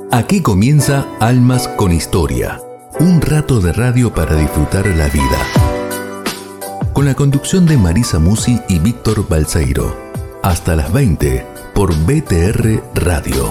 Aquí comienza Almas con Historia, un rato de radio para disfrutar la vida. Con la conducción de Marisa Musi y Víctor Balseiro. Hasta las 20 por BTR Radio.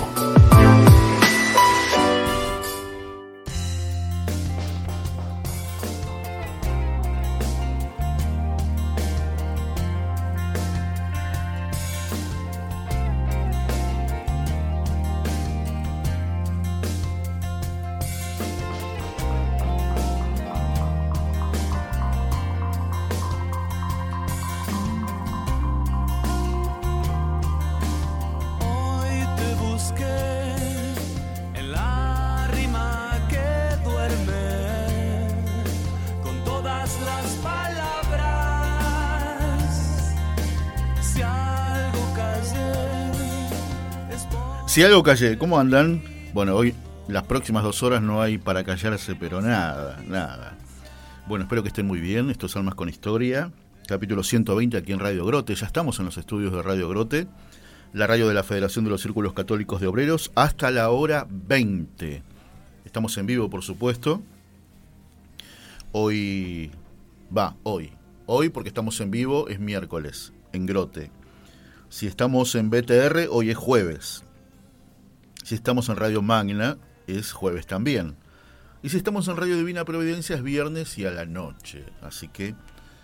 Si algo callé, ¿cómo andan? Bueno, hoy las próximas 2 horas no hay para callarse, pero nada. Bueno, espero que estén muy bien. Esto es Almas con Historia, capítulo 120 aquí en Radio Grote. Ya estamos en los estudios de Radio Grote, la radio de la Federación de los Círculos Católicos de Obreros, hasta la hora 20. Estamos en vivo, por supuesto. Hoy porque estamos en vivo, es miércoles, en Grote. Si estamos en BTR, hoy es jueves. Si estamos en Radio Magna, es jueves también. Y si estamos en Radio Divina Providencia, es viernes y a la noche. Así que,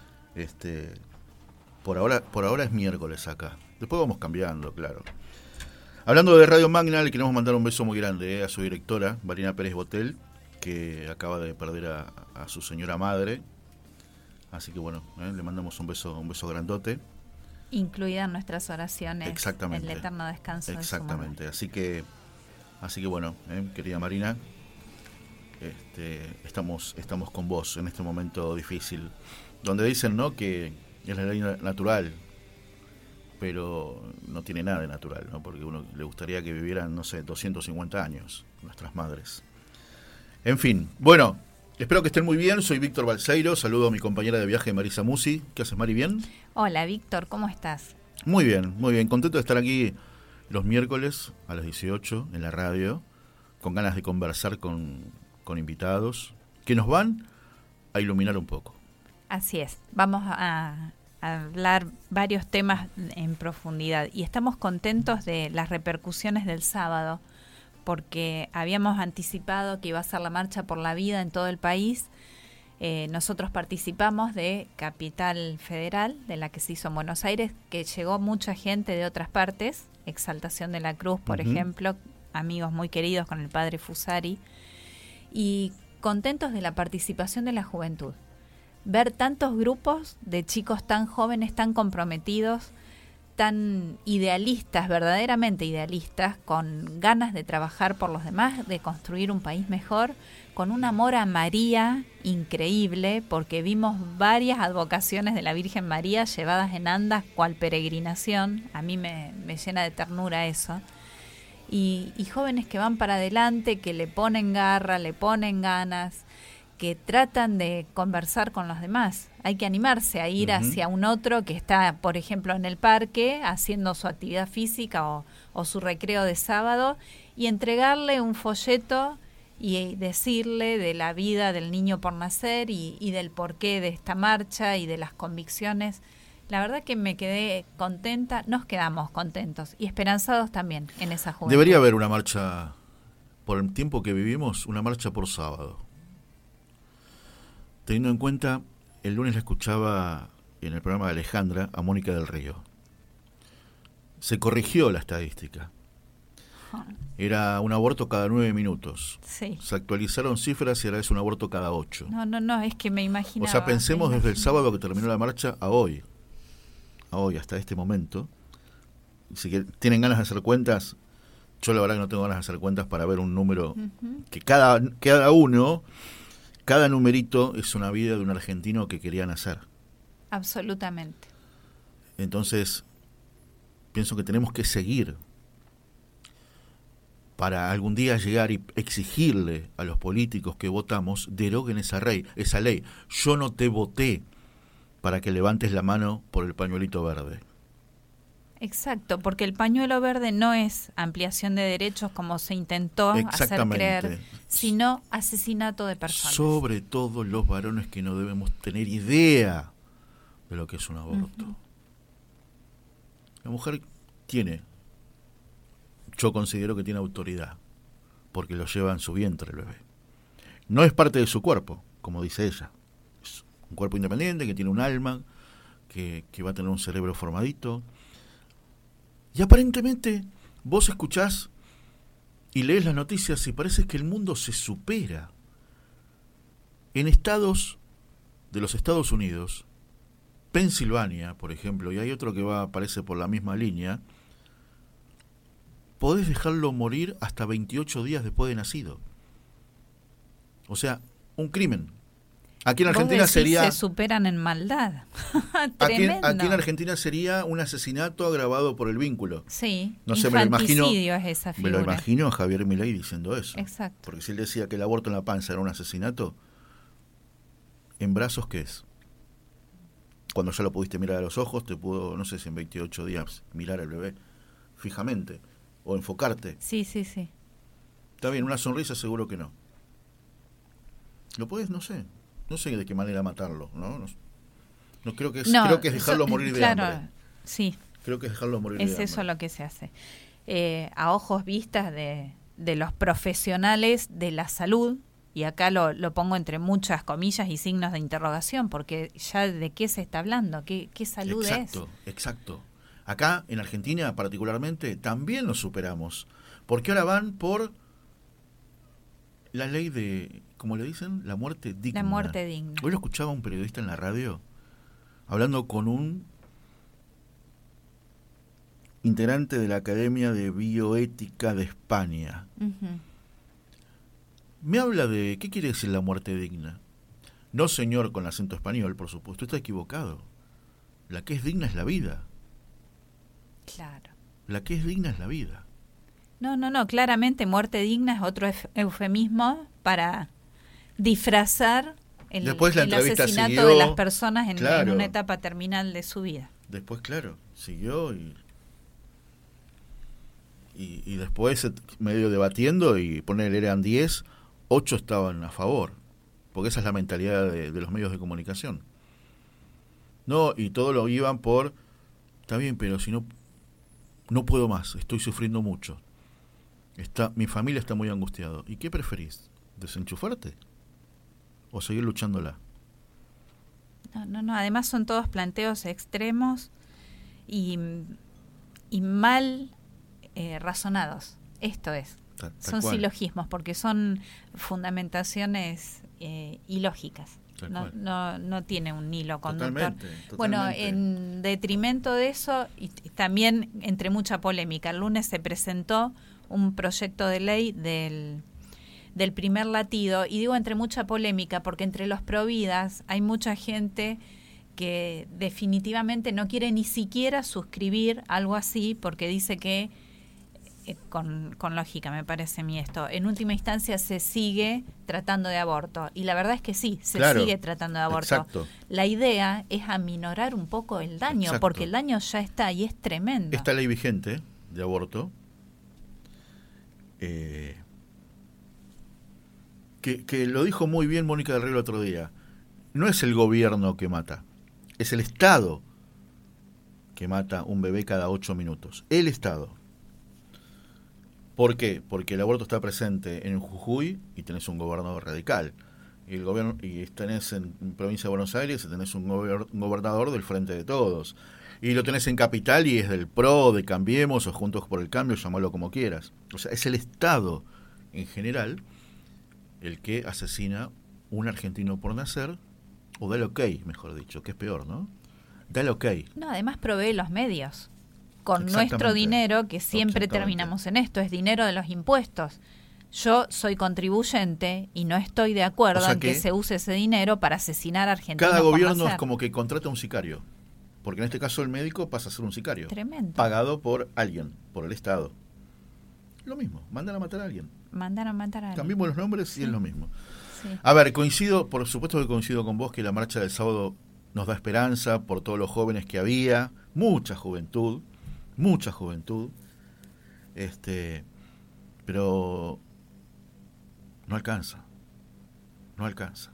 por ahora es miércoles acá. Después vamos cambiando, claro. Hablando de Radio Magna, le queremos mandar un beso muy grande a su directora, Marina Pérez Botel, que acaba de perder a su señora madre. Así que bueno, le mandamos un beso grandote. Incluida en nuestras oraciones. Exactamente. El eterno descanso. Exactamente. Así que bueno, querida Marina, estamos con vos en este momento difícil, donde dicen, ¿no?, que es la ley natural, pero no tiene nada de natural, ¿no? Porque uno le gustaría que vivieran, 250 años nuestras madres. En fin, bueno, espero que estén muy bien. Soy Víctor Balseiro, saludo a mi compañera de viaje Marisa Musi. ¿Qué haces, Mari? ¿Bien? Hola, Víctor, ¿cómo estás? Muy bien, contento de estar aquí los miércoles a las 18 en la radio, con ganas de conversar con invitados que nos van a iluminar un poco. Así es, vamos a hablar varios temas en profundidad y estamos contentos de las repercusiones del sábado, porque habíamos anticipado que iba a ser la Marcha por la Vida en todo el país. Nosotros participamos de Capital Federal, de la que se hizo en Buenos Aires, que llegó mucha gente de otras partes, Exaltación de la Cruz, por ejemplo, amigos muy queridos con el padre Fusari, y contentos de la participación de la juventud. Ver tantos grupos de chicos tan jóvenes, tan comprometidos, tan idealistas, verdaderamente idealistas, con ganas de trabajar por los demás, de construir un país mejor, con un amor a María increíble, porque vimos varias advocaciones de la Virgen María llevadas en andas cual peregrinación. A mí me llena de ternura eso. Y jóvenes que van para adelante, que le ponen garra, le ponen ganas, que tratan de conversar con los demás. Hay que animarse a ir hacia un otro que está, por ejemplo, en el parque haciendo su actividad física o su recreo de sábado, y entregarle un folleto y decirle de la vida del niño por nacer y del porqué de esta marcha y de las convicciones. La verdad que me quedé contenta, nos quedamos contentos y esperanzados también en esa juventud. Debería haber una marcha, por el tiempo que vivimos, una marcha por sábado. Teniendo en cuenta, el lunes la escuchaba en el programa de Alejandra a Mónica del Río. Se corrigió la estadística. Era un aborto cada 9 minutos. Sí. Se actualizaron cifras y ahora es un aborto cada 8. No, es que me imaginaba. O sea, pensemos desde el sábado que terminó la marcha a hoy, hasta este momento. Si tienen ganas de hacer cuentas, yo la verdad que no tengo ganas de hacer cuentas para ver un número que cada numerito es una vida de un argentino que quería nacer. Absolutamente. Entonces, pienso que tenemos que seguir para algún día llegar y exigirle a los políticos que votamos, deroguen esa ley. Yo no te voté para que levantes la mano por el pañuelito verde. Exacto, porque el pañuelo verde no es ampliación de derechos como se intentó hacer creer, sino asesinato de personas. Sobre todo los varones que no debemos tener idea de lo que es un aborto. Uh-huh. La mujer tiene, yo considero que tiene autoridad, porque lo lleva en su vientre el bebé. No es parte de su cuerpo, como dice ella. Es un cuerpo independiente que tiene un alma, que va a tener un cerebro formadito. Y aparentemente vos escuchás y lees las noticias y parece que el mundo se supera. En estados de los Estados Unidos, Pensilvania, por ejemplo, y hay otro que aparece por la misma línea, podés dejarlo morir hasta 28 días después de nacido. O sea, un crimen. Aquí en Argentina sería... se superan en maldad. Aquí en Argentina sería un asesinato agravado por el vínculo. Sí, no sé, infanticidio es esa figura. Me lo imagino a Javier Milei diciendo eso. Exacto. Porque si él decía que el aborto en la panza era un asesinato, ¿en brazos qué es? Cuando ya lo pudiste mirar a los ojos, te pudo, no sé si en 28 días, mirar al bebé fijamente o enfocarte. Sí. Está bien, una sonrisa seguro que no. Lo puedes, no sé de qué manera matarlo, ¿no? No creo que es, creo que es dejarlo morir de hambre. Sí. Creo que es dejarlo morir de hambre. Es eso lo que se hace. A ojos vistas de los profesionales de la salud, y acá lo pongo entre muchas comillas y signos de interrogación, porque ya de qué se está hablando, qué salud es. Exacto. Acá, en Argentina particularmente, también lo superamos, porque ahora van por la ley de, ¿cómo le dicen? La muerte digna. La muerte digna. Hoy lo escuchaba un periodista en la radio hablando con un integrante de la Academia de Bioética de España. Uh-huh. Me habla de, ¿qué quiere decir la muerte digna? No, señor, con acento español, por supuesto, está equivocado. La que es digna es la vida. Claro. La que es digna es la vida. No, claramente muerte digna es otro eufemismo para disfrazar el asesinato de las personas en una etapa terminal de su vida. Después, siguió y después medio debatiendo y ponerle eran 10, 8 estaban a favor, porque esa es la mentalidad de los medios de comunicación. No, y todo lo iban por, está bien, pero si no puedo más, estoy sufriendo mucho. Mi familia está muy angustiado. ¿Y qué preferís? ¿Desenchufarte? ¿O seguir luchándola? No. Además son todos planteos extremos y mal razonados. Esto es. Son silogismos porque son fundamentaciones ilógicas. No tiene un hilo conductor. Totalmente. Bueno, en detrimento de eso, y también entre mucha polémica, el lunes se presentó un proyecto de ley del primer latido, y digo entre mucha polémica porque entre los providas hay mucha gente que definitivamente no quiere ni siquiera suscribir algo así porque dice que con lógica me parece a mí esto, en última instancia se sigue tratando de aborto, y la verdad es que sí, sigue tratando de aborto. Exacto. La idea es aminorar un poco el daño, exacto, porque el daño ya está y es tremendo. Esta ley vigente de aborto que lo dijo muy bien Mónica del Río el otro día, no es el gobierno que mata, es el Estado que mata un bebé cada 8 minutos, el Estado. ¿Por qué? Porque el aborto está presente en Jujuy y tenés un gobernador radical, y el gobierno, y tenés en provincia de Buenos Aires y tenés un gobernador del Frente de Todos, y lo tenés en Capital y es del PRO, de Cambiemos o Juntos por el Cambio, llamalo como quieras. O sea, es el Estado en general el que asesina un argentino por nacer, o da el ok, mejor dicho, que es peor, ¿no? Da el ok. No, además provee los medios con nuestro dinero, que siempre terminamos en esto, es dinero de los impuestos. Yo soy contribuyente y no estoy de acuerdo en que se use ese dinero para asesinar a argentinos. Cada gobierno es como que contrata un sicario, porque en este caso el médico pasa a ser un sicario. Tremendo. Pagado por alguien, por el Estado. Lo mismo, mandan a matar a alguien. Cambiemos los nombres y es lo mismo. Sí. A ver, por supuesto que coincido con vos que la marcha del sábado nos da esperanza por todos los jóvenes que había, mucha juventud, mucha juventud, pero no alcanza. No alcanza.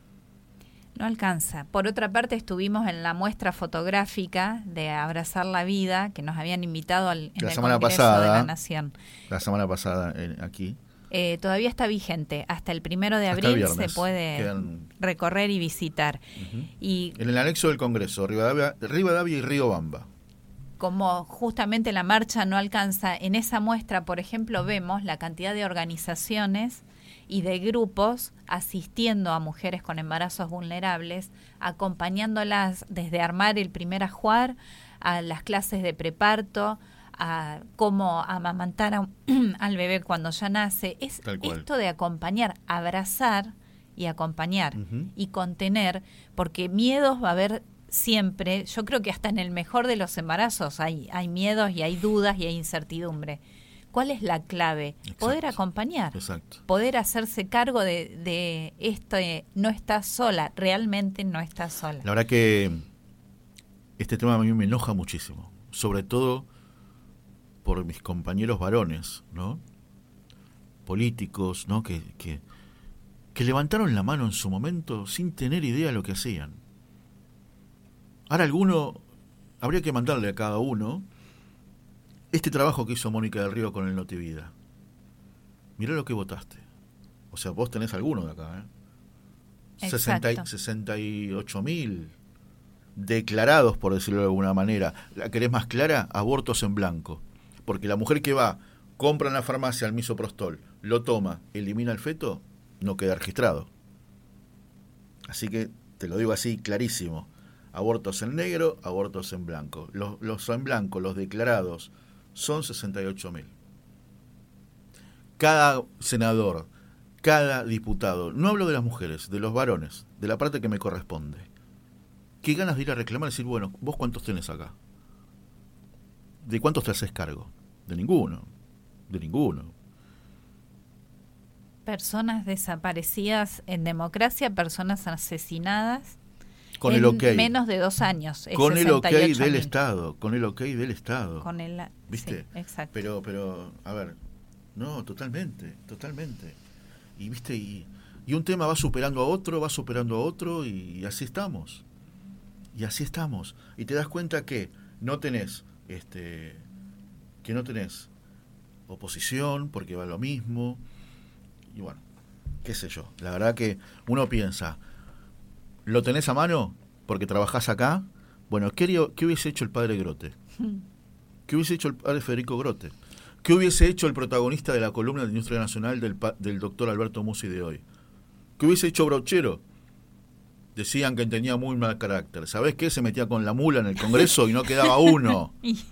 Por otra parte, estuvimos en la muestra fotográfica de Abrazar la Vida, que nos habían invitado en el Congreso de la Nación. La semana pasada aquí. Todavía está vigente. Hasta el 1 de abril se puede recorrer y visitar. Y en el anexo del Congreso, Rivadavia y Riobamba. Como justamente la marcha no alcanza, en esa muestra, por ejemplo, vemos la cantidad de organizaciones y de grupos asistiendo a mujeres con embarazos vulnerables, acompañándolas desde armar el primer ajuar, a las clases de preparto, a cómo amamantar al bebé cuando ya nace. Es esto de acompañar, abrazar y acompañar y contener, porque miedos va a haber siempre. Yo creo que hasta en el mejor de los embarazos hay miedos y hay dudas y hay incertidumbre. ¿Cuál es la clave? Exacto. Poder acompañar, poder hacerse cargo de esto. No estás sola, realmente no estás sola. La verdad que este tema a mí me enoja muchísimo, sobre todo por mis compañeros varones, ¿no? Políticos, ¿no? Que levantaron la mano en su momento sin tener idea de lo que hacían. Ahora habría que mandarle a cada uno este trabajo que hizo Mónica del Río con el Notivida. Mirá lo que votaste. O sea, vos tenés alguno de acá, 68.000 declarados, por decirlo de alguna manera. ¿La querés más clara? Abortos en blanco. Porque la mujer que va, compra en la farmacia el misoprostol, lo toma, elimina el feto, no queda registrado. Así que te lo digo así clarísimo. Abortos en negro, abortos en blanco. Los en blanco, los declarados, son 68.000. Cada senador, cada diputado, no hablo de las mujeres, de los varones, de la parte que me corresponde. ¿Qué ganas de ir a reclamar y decir, bueno, vos cuántos tenés acá? ¿De cuántos te haces cargo? De ninguno. Personas desaparecidas en democracia, personas asesinadas. Con el ok. Menos de 2 años. Con el ok del Estado. ¿Viste? Sí, exacto. Pero, a ver, no, totalmente. Y, ¿viste? Y un tema va superando a otro, y así estamos. Y te das cuenta que no tenés, oposición, porque va lo mismo. Y bueno, qué sé yo. La verdad que uno piensa, ¿lo tenés a mano porque trabajás acá? Bueno, ¿qué hubiese hecho el padre Grote? ¿Qué hubiese hecho el padre Federico Grote? ¿Qué hubiese hecho el protagonista de la columna de Industria Nacional del doctor Alberto Musi de hoy? ¿Qué hubiese hecho Brochero? Decían que tenía muy mal carácter. ¿Sabés qué? Se metía con la mula en el Congreso y no quedaba uno.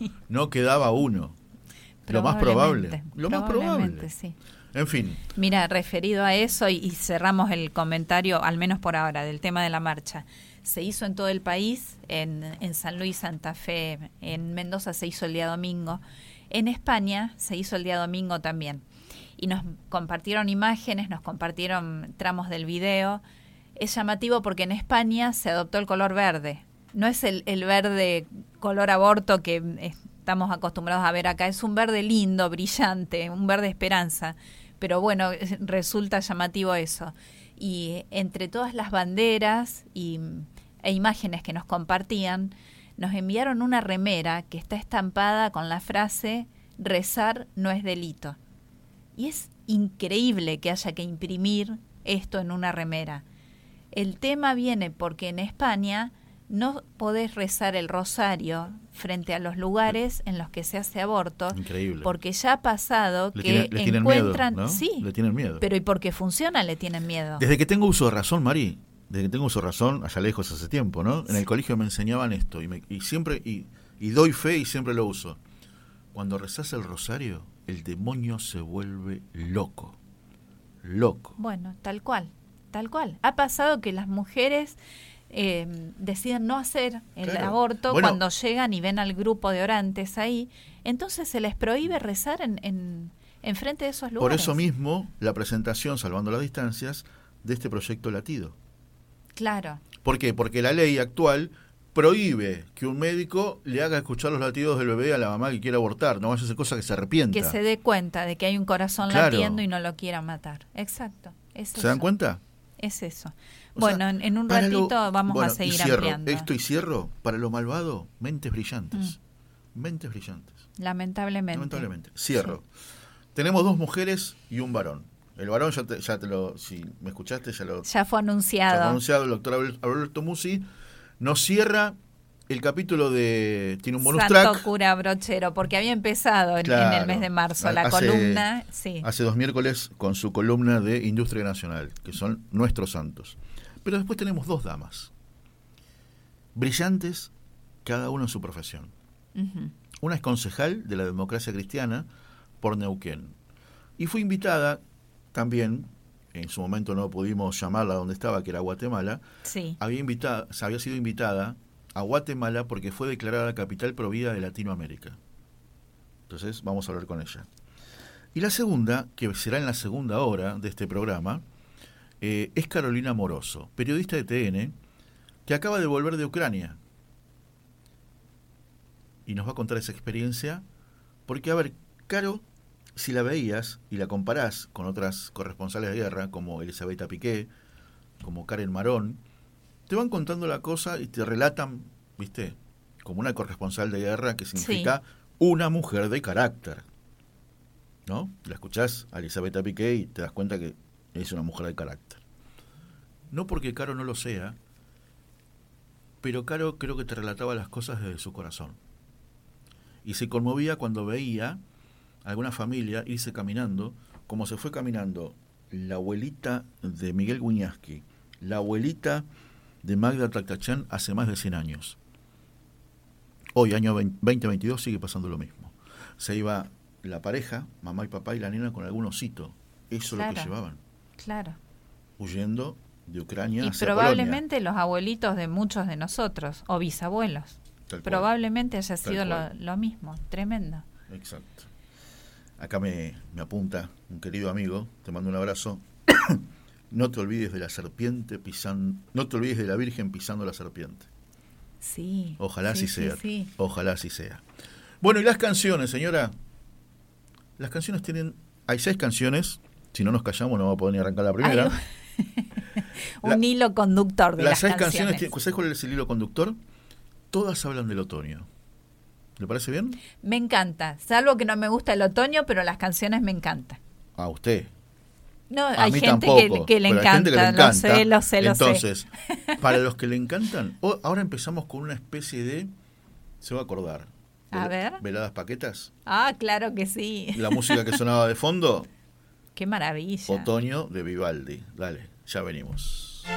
Lo más probable. Sí. En fin. Mira, referido a eso, y cerramos el comentario, al menos por ahora, del tema de la marcha. Se hizo en todo el país, en San Luis, Santa Fe, en Mendoza se hizo el día domingo. En España se hizo el día domingo también. Y nos compartieron imágenes, nos compartieron tramos del video. Es llamativo porque en España se adoptó el color verde. No es el verde color aborto que estamos acostumbrados a ver acá. Es un verde lindo, brillante, un verde esperanza. Pero bueno, resulta llamativo eso. Y entre todas las banderas e imágenes que nos compartían, nos enviaron una remera que está estampada con la frase "rezar no es delito". Y es increíble que haya que imprimir esto en una remera. El tema viene porque en España no podés rezar el rosario frente a los lugares en los que se hace aborto. Increíble. Porque ya ha pasado le encuentran... Miedo, ¿no? Sí, le tienen miedo. Pero y porque funciona le tienen miedo. Desde que tengo uso de razón, Mari, allá lejos hace tiempo, ¿no? En el colegio me enseñaban esto y siempre doy fe y siempre lo uso. Cuando rezás el rosario, el demonio se vuelve loco. Bueno, tal cual. Ha pasado que las mujeres deciden no hacer el aborto cuando llegan y ven al grupo de orantes ahí, entonces se les prohíbe rezar en frente de esos lugares. Por eso mismo la presentación, salvando las distancias, de este proyecto latido. Claro. ¿Por qué? Porque la ley actual prohíbe que un médico le haga escuchar los latidos del bebé a la mamá que quiere abortar. No vaya a hacer cosas que se arrepienta. Que se dé cuenta de que hay un corazón latiendo y no lo quiera matar. Exacto. ¿Se dan cuenta? Es eso. O bueno, sea, en un ratito vamos a seguir ampliando. Esto y cierro, para lo malvado, mentes brillantes. Mentes brillantes. Lamentablemente. Cierro. Sí. Tenemos 2 mujeres y un varón. El varón ya te lo, si me escuchaste, ya fue anunciado. Ya fue anunciado, el doctor Alberto Musi. Nos cierra el capítulo de... Tiene un bonus Santo track. Cura Brochero, porque había empezado en el mes de marzo la columna. Sí. Hace 2 miércoles con su columna de Industria Nacional, que son nuestros santos. Pero después tenemos 2 damas. Brillantes, cada una en su profesión. Uh-huh. Una es concejal de la Democracia Cristiana por Neuquén. Y fue invitada también, en su momento no pudimos llamarla donde estaba, que era Guatemala. Sí. Había sido invitada a Guatemala porque fue declarada capital provida de Latinoamérica. Entonces vamos a hablar con ella. Y la segunda, que será en la segunda hora de este programa, es Carolina Moroso, periodista de TN, que acaba de volver de Ucrania. Y nos va a contar esa experiencia, porque, a ver, Caro, si la veías y la comparás con otras corresponsales de guerra, como Elisabetta Piqué, como Karen Marón, te van contando la cosa y te relatan, ¿viste? Como una corresponsal de guerra, que significa una mujer de carácter, ¿no? La escuchás a Elisabetta Piqué y te das cuenta que es una mujer de carácter. No porque Caro no lo sea, pero Caro creo que te relataba las cosas desde su corazón. Y se conmovía cuando veía a alguna familia irse caminando, como se fue caminando la abuelita de Miguel Guñasqui, la abuelita de Magda Tlactachán hace más de 100 años. Hoy, año 2022, sigue pasando lo mismo. Se iba la pareja, mamá y papá y la nena con algún osito. Eso es lo que llevaban. Claro. Huyendo de Ucrania y hacia probablemente Polonia. Los abuelitos de muchos de nosotros, o bisabuelos. Probablemente haya sido lo mismo. Tremendo. Exacto. Acá me apunta un querido amigo, te mando un abrazo. No te olvides de la serpiente pisando, no te olvides de la Virgen pisando la serpiente. Sí. Ojalá así sea. Sí. Ojalá así sea. Bueno, y las canciones, señora. Las canciones hay 6 canciones. Si no nos callamos no vamos a poder ni arrancar la primera. Un hilo conductor de las 6 canciones. ¿Sabes cuál es el hilo conductor? Todas hablan del otoño. ¿Le parece bien? Me encanta, salvo que no me gusta el otoño, pero las canciones me encantan. ¿A usted? No, hay gente tampoco, que le encanta, lo sé. Entonces, para los que le encantan, ahora empezamos con una especie de, se va a acordar, a ver. Veladas Paquetas. Ah, claro que sí. La música que sonaba de fondo. Qué maravilla. Otoño de Vivaldi. Dale, ya venimos.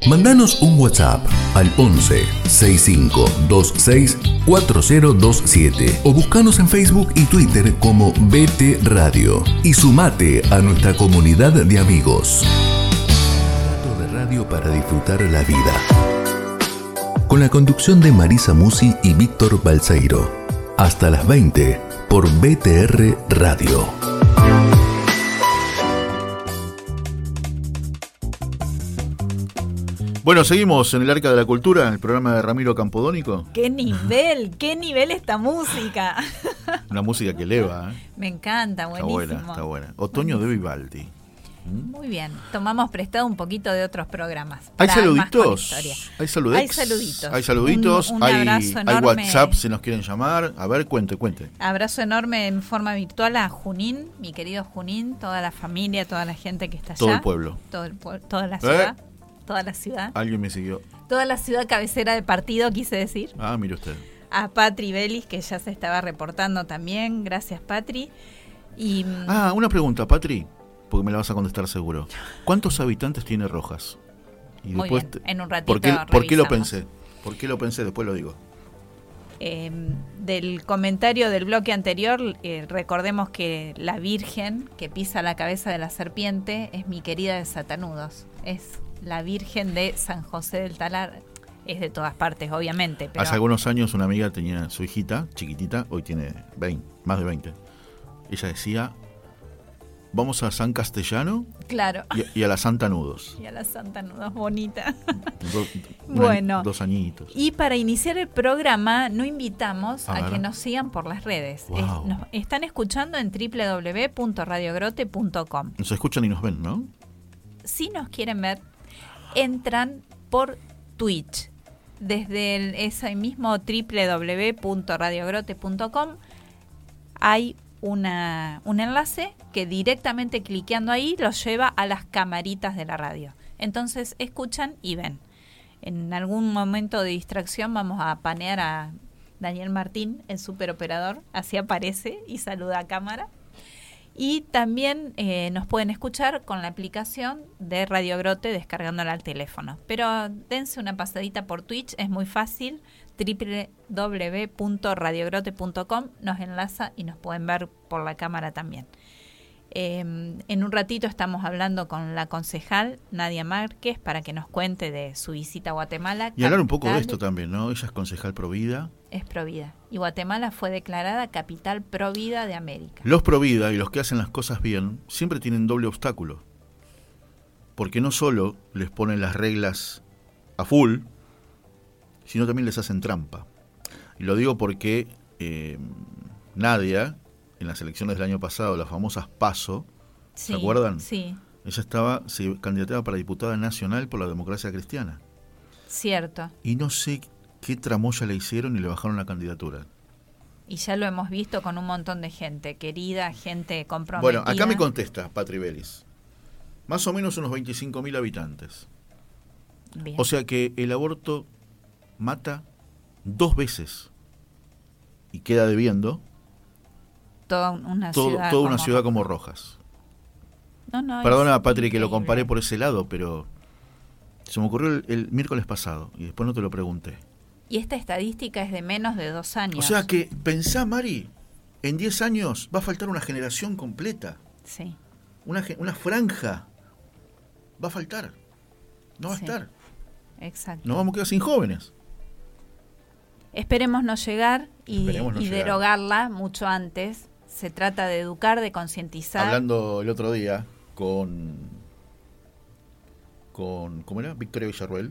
Mandanos un WhatsApp al 11 6526 4027 o buscanos en Facebook y Twitter como BT Radio y sumate a nuestra comunidad de amigos. Un rato de radio para disfrutar la vida. Con la conducción de Marisa Musi y Víctor Balseiro. Hasta las 20 por BTR Radio. Bueno, seguimos en el Arca de la Cultura, el programa de Ramiro Campodónico. ¡Qué nivel esta música! Una música que eleva, ¿eh? Me encanta, buenísimo. Está buena. Otoño de Vivaldi. Muy bien, tomamos prestado un poquito de otros programas. ¿Hay saluditos? ¿Hay saluditos? Hay saluditos, un hay WhatsApp si nos quieren llamar. A ver, cuente. Abrazo enorme en forma virtual a Junín, mi querido Junín, toda la familia, toda la gente que está allá. Todo el pueblo. Toda la ciudad. Toda la ciudad. Alguien me siguió. Toda la ciudad cabecera de partido, quise decir. Ah, mire usted. A Patri Belis, que ya se estaba reportando también. Gracias, Patri. Y una pregunta, Patri, porque me la vas a contestar seguro. ¿Cuántos habitantes tiene Rojas? Y muy después bien, en un ratito ¿Por qué lo pensé? ¿Por qué lo pensé? Después lo digo. Del comentario del bloque anterior, recordemos que la Virgen que pisa la cabeza de la serpiente es mi querida de Satanudos. Es la Virgen de San José del Talar. Es de todas partes, obviamente. Pero hace algunos años una amiga tenía su hijita, chiquitita, hoy tiene 20, más de 20. Ella decía, vamos a San Castellano, claro, y a la Santa Nudos. Y a la Santa Nudos, bonita. Bueno, 2 añitos. Y para iniciar el programa, no invitamos a que nos sigan por las redes. Wow. Nos están escuchando en www.radiogrote.com. Nos escuchan y nos ven, ¿no? Si nos quieren ver, entran por Twitch. Desde ese mismo www.radiogrote.com hay un enlace que directamente cliqueando ahí los lleva a las camaritas de la radio. Entonces escuchan y ven. En algún momento de distracción vamos a panear a Daniel Martín, el superoperador, así aparece y saluda a cámara. Y también nos pueden escuchar con la aplicación de Radio Grote descargándola al teléfono. Pero dense una pasadita por Twitch, es muy fácil. www.radiogrote.com nos enlaza y nos pueden ver por la cámara también. En un ratito estamos hablando con la concejal Nadia Márquez para que nos cuente de su visita a Guatemala. Y hablar un poco de esto también, ¿no? Ella es concejal Provida. Es Provida. Y Guatemala fue declarada capital Provida de América. Los Provida y los que hacen las cosas bien siempre tienen doble obstáculo. Porque no solo les ponen las reglas a full, sino también les hacen trampa. Y lo digo porque Nadia, en las elecciones del año pasado, las famosas PASO, ¿se acuerdan? Sí. Ella se candidataba para diputada nacional por la Democracia Cristiana. Cierto. Y no sé qué tramoya le hicieron y le bajaron la candidatura. Y ya lo hemos visto con un montón de gente querida, gente comprometida. Bueno, acá me contesta Patri Belis. Más o menos unos 25.000 habitantes. Bien. O sea que el aborto mata 2 veces y queda debiendo toda una ciudad como Rojas. No, perdona, Patri, que lo comparé por ese lado, pero se me ocurrió el miércoles pasado y después no te lo pregunté. Y esta estadística es de menos de 2 años. O sea que, pensá, Mari, en 10 años va a faltar una generación completa. Sí. Una franja. Va a faltar. No va a estar. Exacto. Nos vamos a quedar sin jóvenes. Esperemos no llegar y derogarla mucho antes. Se trata de educar, de concientizar. Hablando el otro día con ¿cómo era? Victoria Villarruel.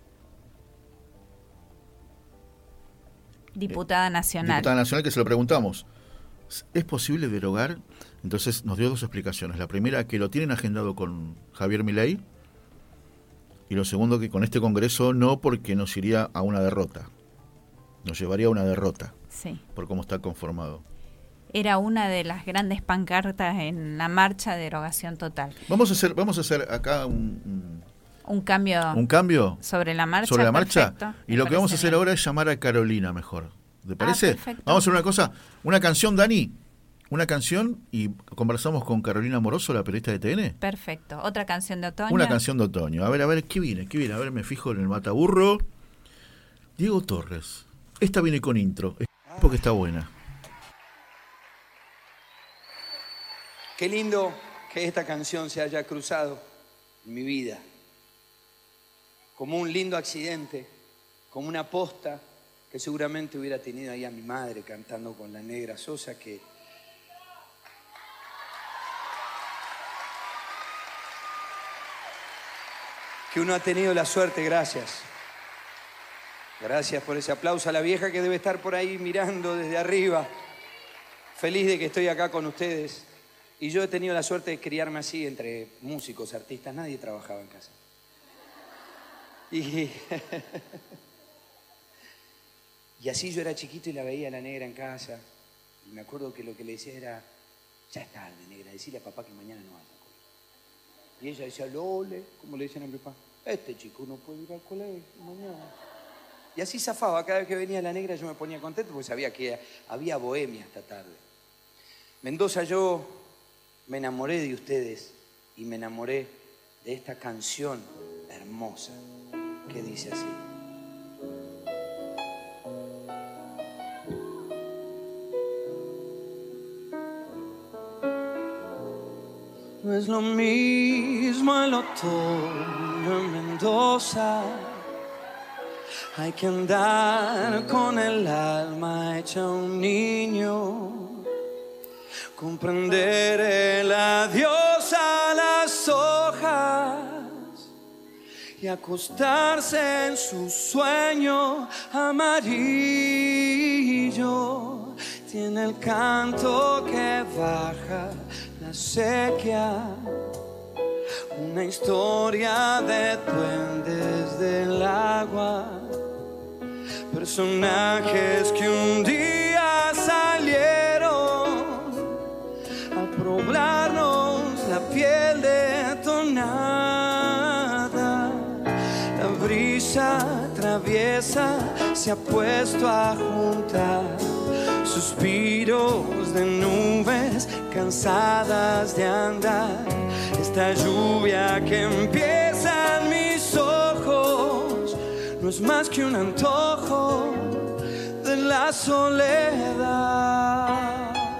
Diputada nacional. Diputada nacional, que se lo preguntamos. ¿Es posible derogar? Entonces nos dio 2 explicaciones. La primera, que lo tienen agendado con Javier Milei. Y lo segundo, que con este Congreso no, porque nos iría a una derrota. Nos llevaría a una derrota. Sí. Por cómo está conformado. Era una de las grandes pancartas en la marcha de derogación total. Vamos a hacer acá un cambio sobre la marcha. Perfecto, y lo que vamos a hacer ahora es llamar a Carolina mejor. ¿Te parece? Perfecto. Vamos a hacer una cosa, una canción, Dani. una canción y conversamos con Carolina Moroso, la periodista de TN. Perfecto. Otra canción de otoño. Una canción de otoño. A ver, ¿qué viene? A ver, me fijo en el mataburro. Diego Torres. Esta viene con intro, porque está buena. Qué lindo que esta canción se haya cruzado en mi vida. Como un lindo accidente, como una posta que seguramente hubiera tenido ahí a mi madre cantando con la Negra Sosa, que uno ha tenido la suerte, gracias. Gracias por ese aplauso a la vieja que debe estar por ahí mirando desde arriba. Feliz de que estoy acá con ustedes. Y yo he tenido la suerte de criarme así entre músicos, artistas. Nadie trabajaba en casa. Y así yo era chiquito y la veía a la Negra en casa. Y me acuerdo que lo que le decía era: ya es tarde, Negra, decirle a papá que mañana no vaya a comer. Y ella decía: Lole, como le decían a mi papá, este chico no puede ir al colegio mañana. Y así zafaba. Cada vez que venía la Negra yo me ponía contento porque sabía que había bohemia esta tarde. Mendoza, yo me enamoré de ustedes y me enamoré de esta canción hermosa que dice así. No es lo mismo el otoño en Mendoza. Hay que andar con el alma hecha un niño, comprender el adiós a las hojas y acostarse en su sueño amarillo. Tiene el canto que baja la sequía, una historia de duendes del agua, personajes que un día salieron a probarnos la piel detonada. La brisa traviesa se ha puesto a juntar suspiros de nubes cansadas de andar. Esta lluvia que empieza en mis ojos no es más que un antojo de la soledad.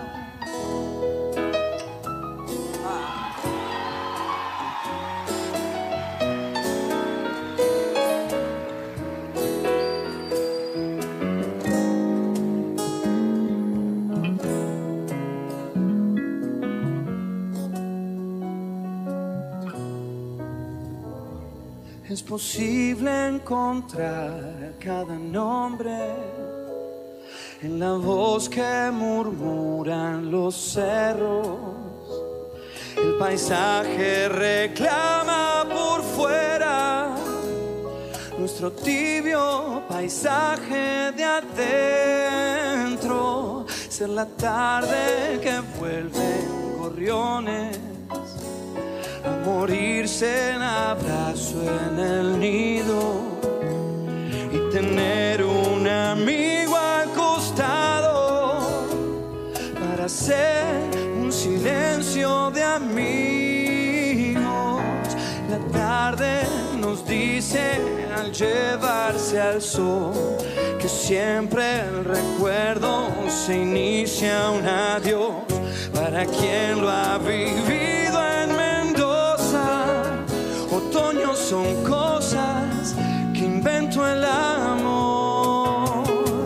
Es posible encontrar cada nombre en la voz que murmuran los cerros. El paisaje reclama por fuera nuestro tibio paisaje de adentro. Ser la tarde que vuelven gorriones a morirse en abrazo en el nido y tener un amigo al costado para hacer un silencio de amigos. La tarde nos dice al llevarse al sol que siempre el recuerdo se inicia un adiós para quien lo ha vivido en otoño. Son cosas que inventó el amor.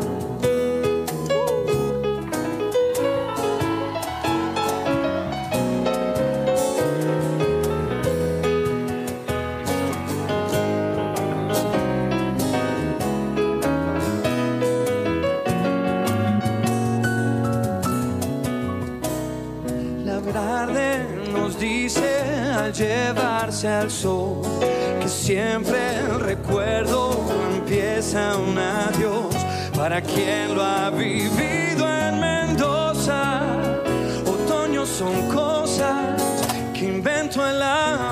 La tarde nos dice al llevarse al sol que siempre el recuerdo empieza un adiós para quien lo ha vivido en Mendoza. Otoño son cosas que inventó el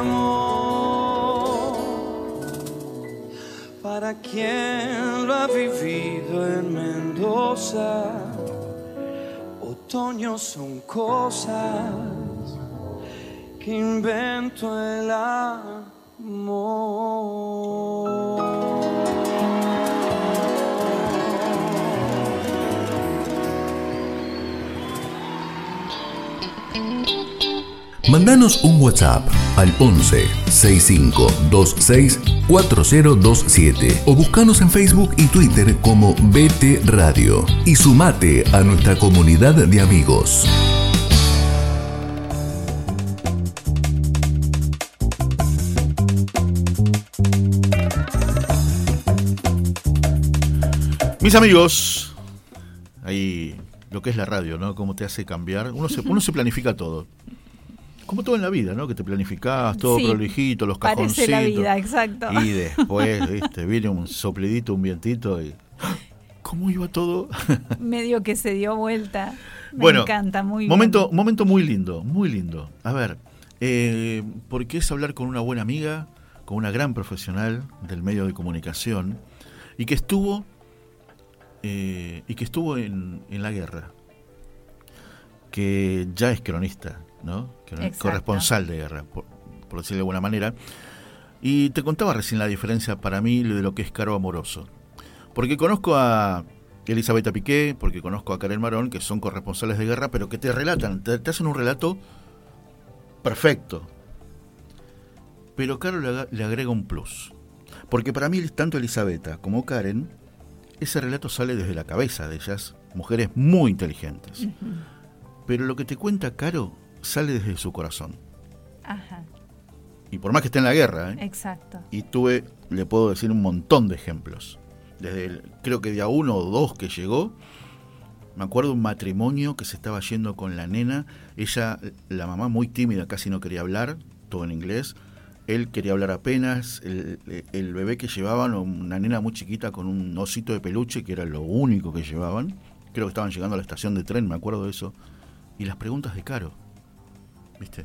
amor para quien lo ha vivido en Mendoza. otoño son cosas que invento el amor. Mandanos un WhatsApp al 11 6526 4027 o buscanos en Facebook y Twitter como BT Radio y sumate a nuestra comunidad de amigos. Mis amigos, ahí lo que es la radio, ¿no? Cómo te hace cambiar. Uno se planifica todo. Como todo en la vida, ¿no? Que te planificás, todo sí, prolijito, los cajoncitos. Parece la vida, exacto. Y después, ¿viste? Viene un soplidito, un vientito y... ¿Cómo iba todo? Medio que se dio vuelta. Me encanta, muy momento muy lindo, muy lindo. A ver, porque es hablar con una buena amiga, con una gran profesional del medio de comunicación y que estuvo en la guerra, que ya es cronista, ¿no? Corresponsal de guerra, por decirlo de alguna manera. Y te contaba recién la diferencia para mí de lo que es Caro Amoroso. Porque conozco a Elisabetta Piqué, porque conozco a Karen Marón, que son corresponsales de guerra, pero que te relatan, te hacen un relato perfecto. Pero Caro le agrega un plus. Porque para mí, tanto Elisabetta como Karen, ese relato sale desde la cabeza de ellas, mujeres muy inteligentes. Uh-huh. Pero lo que te cuenta Caro sale desde su corazón. Ajá. Y por más que esté en la guerra, Exacto. Y le puedo decir un montón de ejemplos. Desde creo que día 1 o 2 que llegó, me acuerdo de un matrimonio que se estaba yendo con la nena. Ella, la mamá muy tímida, casi no quería hablar, todo en inglés. Él quería hablar apenas. El bebé que llevaban, una nena muy chiquita con un osito de peluche, que era lo único que llevaban. Creo que estaban llegando a la estación de tren, me acuerdo de eso. Y las preguntas de Caro, ¿viste?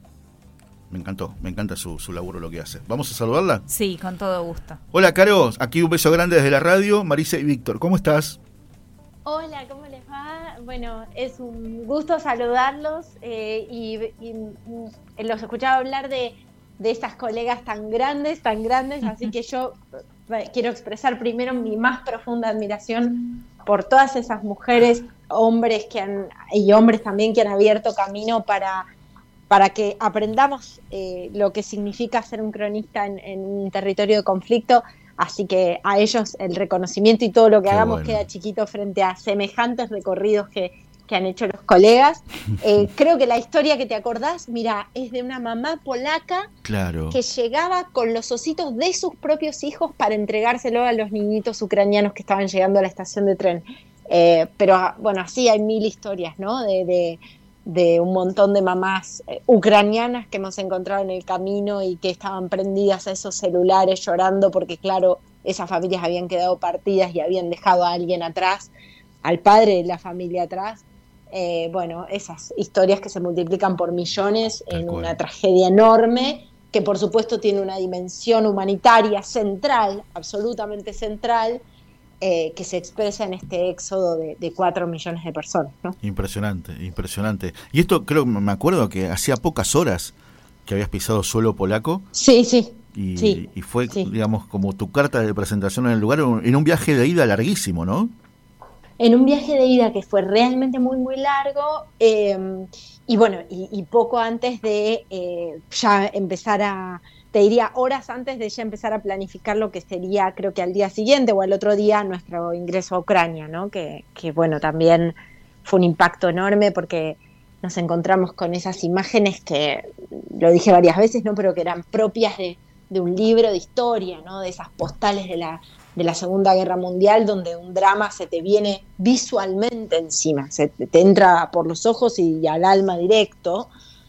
Me encanta su laburo, lo que hace. ¿Vamos a saludarla? Sí, con todo gusto. Hola, Caro, aquí un beso grande desde la radio. Marisa y Víctor, ¿cómo estás? Hola, ¿cómo les va? Bueno, es un gusto saludarlos y los escuchaba hablar de estas colegas tan grandes, así que yo quiero expresar primero mi más profunda admiración por todas esas mujeres, hombres y hombres también que han abierto camino para que aprendamos lo que significa ser un cronista en un territorio de conflicto. Así que a ellos el reconocimiento y todo lo que hagamos queda chiquito frente a semejantes recorridos que han hecho los colegas. Creo que la historia que te acordás, mira, es de una mamá polaca que llegaba con los ositos de sus propios hijos para entregárselo a los niñitos ucranianos que estaban llegando a la estación de tren. Pero bueno, así hay mil historias, ¿no? De un montón de mamás ucranianas que hemos encontrado en el camino y que estaban prendidas a esos celulares llorando porque, claro, esas familias habían quedado partidas y habían dejado a alguien atrás, al padre de la familia atrás. Bueno, esas historias que se multiplican por millones en una tragedia enorme que, por supuesto, tiene una dimensión humanitaria central, absolutamente central, que se expresa en este éxodo de 4 millones de personas, ¿no? Impresionante. Y esto me acuerdo que hacía pocas horas que habías pisado suelo polaco. Sí. Y fue, digamos, como tu carta de presentación en el lugar, en un viaje de ida larguísimo, ¿no? En un viaje de ida que fue realmente muy, muy largo, y bueno, y poco antes de ya empezar te diría horas antes de ya empezar a planificar lo que sería, creo que al día siguiente o al otro día, nuestro ingreso a Ucrania, ¿no? Que bueno, también fue un impacto enorme porque nos encontramos con esas imágenes que, lo dije varias veces, ¿no? Pero que eran propias de un libro de historia, ¿no? De esas postales de la Segunda Guerra Mundial, donde un drama se te viene visualmente encima, se te entra por los ojos y al alma directo,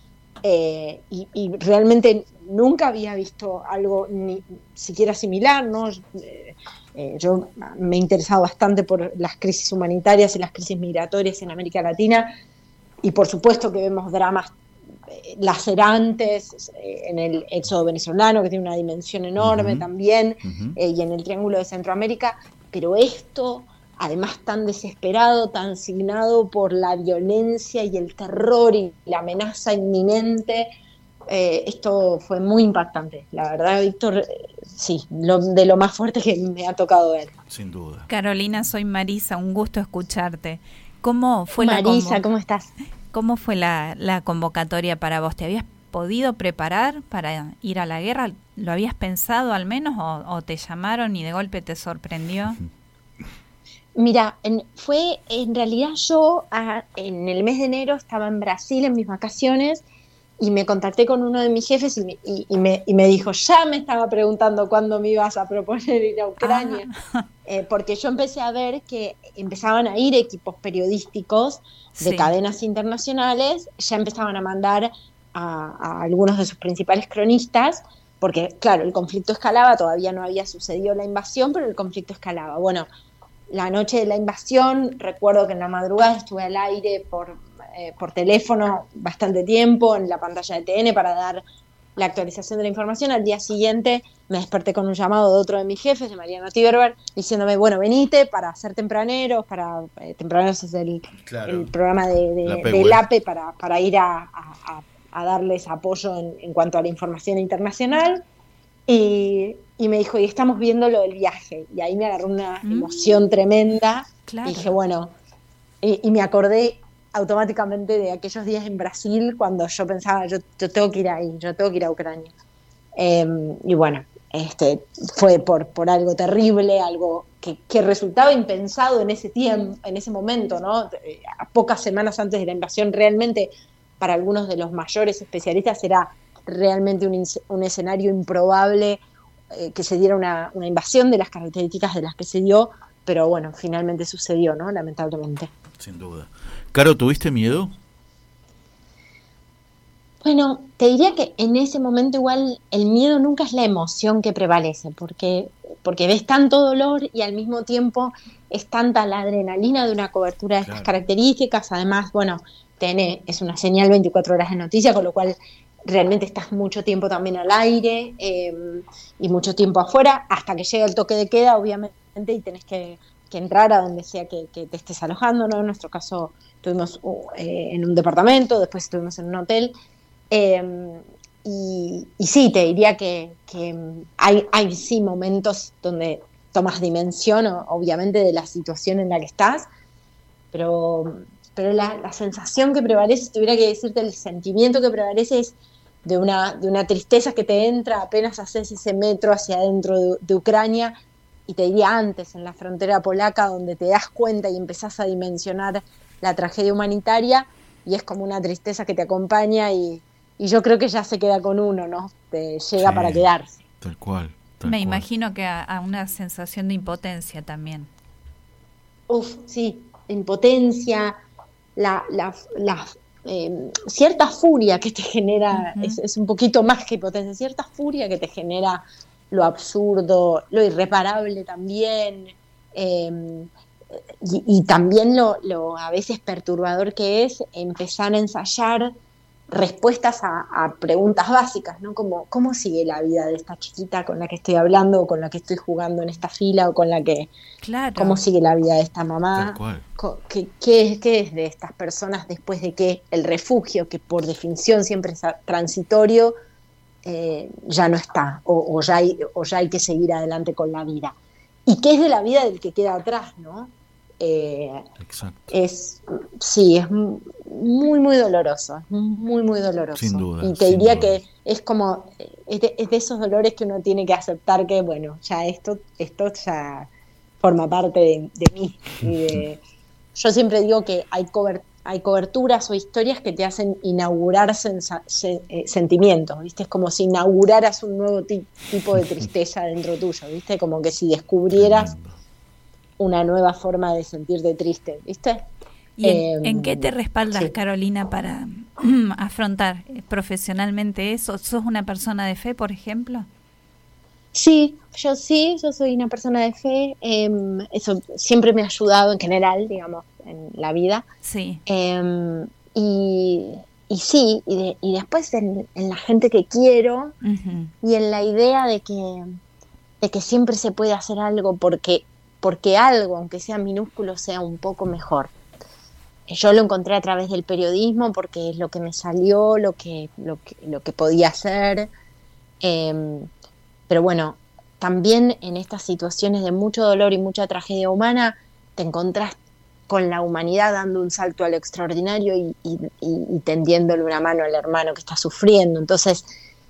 y realmente nunca había visto algo ni siquiera similar, ¿no? Yo me he interesado bastante por las crisis humanitarias y las crisis migratorias en América Latina, y por supuesto que vemos dramas lacerantes en el éxodo venezolano, que tiene una dimensión enorme también, y en el Triángulo de Centroamérica, pero esto además tan desesperado, tan signado por la violencia y el terror y la amenaza inminente. Esto fue muy impactante, la verdad, Víctor, sí, de lo más fuerte que me ha tocado ver. Sin duda. Carolina, soy Marisa, un gusto escucharte. ¿Cómo fue Marisa, ¿cómo estás? ¿Cómo fue la convocatoria para vos? ¿Te habías podido preparar para ir a la guerra? ¿Lo habías pensado al menos o te llamaron y de golpe te sorprendió? Mira, en realidad yo en el mes de enero estaba en Brasil en mis vacaciones y me contacté con uno de mis jefes y me dijo, ya me estaba preguntando cuándo me ibas a proponer ir a Ucrania, porque yo empecé a ver que empezaban a ir equipos periodísticos de cadenas internacionales, ya empezaban a mandar a algunos de sus principales cronistas, porque claro, el conflicto escalaba, todavía no había sucedido la invasión, pero el conflicto escalaba. Bueno, la noche de la invasión, recuerdo que en la madrugada estuve al aire por teléfono bastante tiempo en la pantalla de TN para dar la actualización de la información. Al día siguiente me desperté con un llamado de otro de mis jefes, de Mariano Tiberberg, diciéndome, bueno, venite para hacer tempraneros, tempraneros es el programa del APE para ir a darles apoyo en cuanto a la información internacional. Y me dijo, y estamos viendo lo del viaje. Y ahí me agarró una emoción tremenda. Claro. Y dije, bueno, y me acordé automáticamente de aquellos días en Brasil cuando yo pensaba, yo tengo que ir ahí, yo tengo que ir a Ucrania. Y bueno, fue por algo terrible, algo que resultaba impensado en ese tiempo, en ese momento, ¿no? A pocas semanas antes de la invasión, realmente para algunos de los mayores especialistas era realmente un escenario improbable que se diera una invasión de las características de las que se dio, pero bueno, finalmente sucedió, ¿no? Lamentablemente. Sin duda. Caro, ¿tuviste miedo? Bueno, te diría que en ese momento igual el miedo nunca es la emoción que prevalece, porque ves tanto dolor y al mismo tiempo es tanta la adrenalina de una cobertura de estas características. Además, bueno, TN es una señal 24 horas de noticia, con lo cual realmente estás mucho tiempo también al aire y mucho tiempo afuera, hasta que llega el toque de queda, obviamente, y tenés que entrar a donde sea que te estés alojando, ¿no? En nuestro caso estuvimos en un departamento, después estuvimos en un hotel, y sí, te diría que hay sí momentos donde tomas dimensión, obviamente, de la situación en la que estás, pero la sensación que prevalece, si tuviera que decirte el sentimiento que prevalece, es de una tristeza que te entra apenas haces ese metro hacia adentro de Ucrania, y te diría antes, en la frontera polaca, donde te das cuenta y empezás a dimensionar la tragedia humanitaria, y es como una tristeza que te acompaña y yo creo que ya se queda con uno, ¿no? Te llega para quedarse. Tal cual. Me imagino que a una sensación de impotencia también. Sí, impotencia, la cierta furia que te genera, es un poquito más que impotencia, cierta furia que te genera lo absurdo, lo irreparable también, y también lo a veces perturbador que es empezar a ensayar respuestas a preguntas básicas, ¿no? Como ¿cómo sigue la vida de esta chiquita con la que estoy hablando, o con la que estoy jugando en esta fila, o con la que... Claro. ¿Cómo sigue la vida de esta mamá? ¿Qué es de estas personas después de que el refugio, que por definición siempre es transitorio, ya no está, o ya hay que seguir adelante con la vida? ¿Y qué es de la vida del que queda atrás, no? Exacto. Es muy, muy doloroso, muy, muy doloroso. Sin duda. Y te diría que es como, es de esos dolores que uno tiene que aceptar que, bueno, ya esto ya forma parte de mí. Yo siempre digo que hay coberturas o historias que te hacen inaugurar sentimientos, ¿viste? Es como si inauguraras un nuevo tipo de tristeza dentro tuyo, ¿viste? Como que si descubrieras una nueva forma de sentirte triste, ¿viste? ¿Y en qué te respaldas, Carolina, para afrontar profesionalmente eso? ¿Sos una persona de fe, por ejemplo? Sí, yo soy una persona de fe. Eso siempre me ha ayudado en general, digamos, en la vida. Sí. Y sí, y después en la gente que quiero, y en la idea de que siempre se puede hacer algo porque porque algo, aunque sea minúsculo, sea un poco mejor. Yo lo encontré a través del periodismo porque es lo que me salió, lo que podía hacer. Pero bueno, también en estas situaciones de mucho dolor y mucha tragedia humana, te encontrás con la humanidad dando un salto a lo extraordinario y tendiéndole una mano al hermano que está sufriendo. Entonces,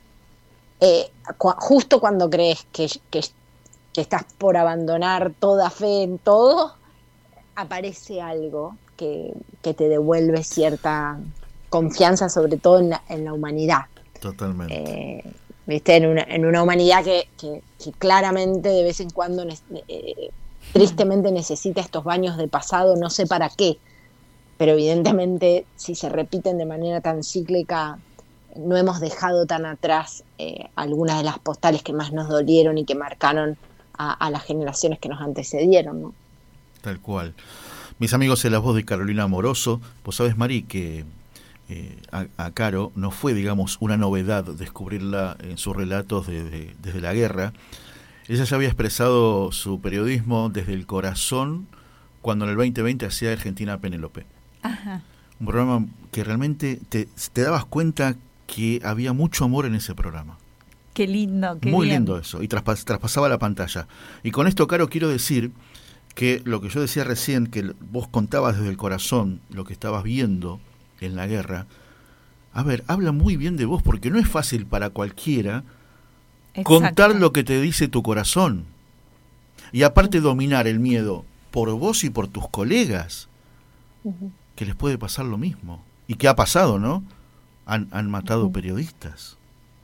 justo cuando crees que estás por abandonar toda fe en todo, aparece algo que te devuelve cierta confianza, sobre todo en la humanidad. Totalmente. ¿Viste? En una humanidad que claramente de vez en cuando tristemente necesita estos baños de pasado, no sé para qué, pero evidentemente si se repiten de manera tan cíclica, no hemos dejado tan atrás algunas de las postales que más nos dolieron y que marcaron a las generaciones que nos antecedieron, ¿no? Tal cual. Mis amigos, es la voz de Carolina Amoroso. Vos sabés, Mari, que a Caro no fue, digamos, una novedad descubrirla en sus relatos desde la guerra. Ella ya había expresado su periodismo desde el corazón cuando en el 2020 hacía Argentina Penélope. Ajá. Un programa que realmente te dabas cuenta que había mucho amor en ese programa. Qué lindo, qué muy bien. lindo eso, y traspasaba la pantalla. Y con esto, Caro, quiero decir que lo que yo decía recién, que vos contabas desde el corazón lo que estabas viendo en la guerra, a ver, habla muy bien de vos, porque no es fácil para cualquiera contar lo que te dice tu corazón. Y aparte dominar el miedo por vos y por tus colegas, que les puede pasar lo mismo. Y que ha pasado, ¿no? Han matado periodistas.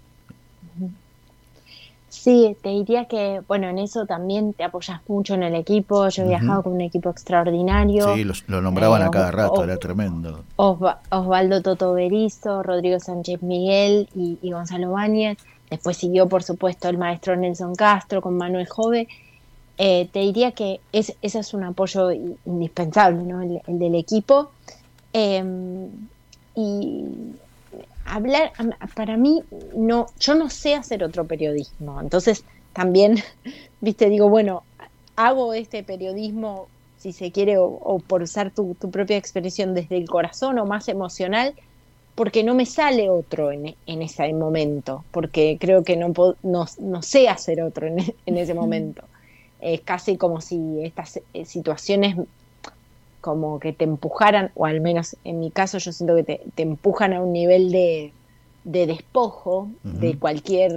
Sí, te diría que, bueno, en eso también te apoyas mucho en el equipo. Yo he viajado con un equipo extraordinario. Sí, lo nombraban a cada rato, era tremendo. Osvaldo Toto Berizo, Rodrigo Sánchez Miguel y Gonzalo Báñez. Después siguió, por supuesto, el maestro Nelson Castro con Manuel Jove. Te diría que ese es un apoyo indispensable, ¿no? El del equipo. Y hablar, para mí, no, yo no sé hacer otro periodismo. Entonces, también, viste, digo, bueno, hago este periodismo, si se quiere, o por usar tu propia expresión, desde el corazón o más emocional, porque no me sale otro en ese momento, porque creo que no sé hacer otro en ese momento. Es casi como si estas situaciones como que te empujaran, o al menos en mi caso yo siento que te empujan a un nivel de despojo de cualquier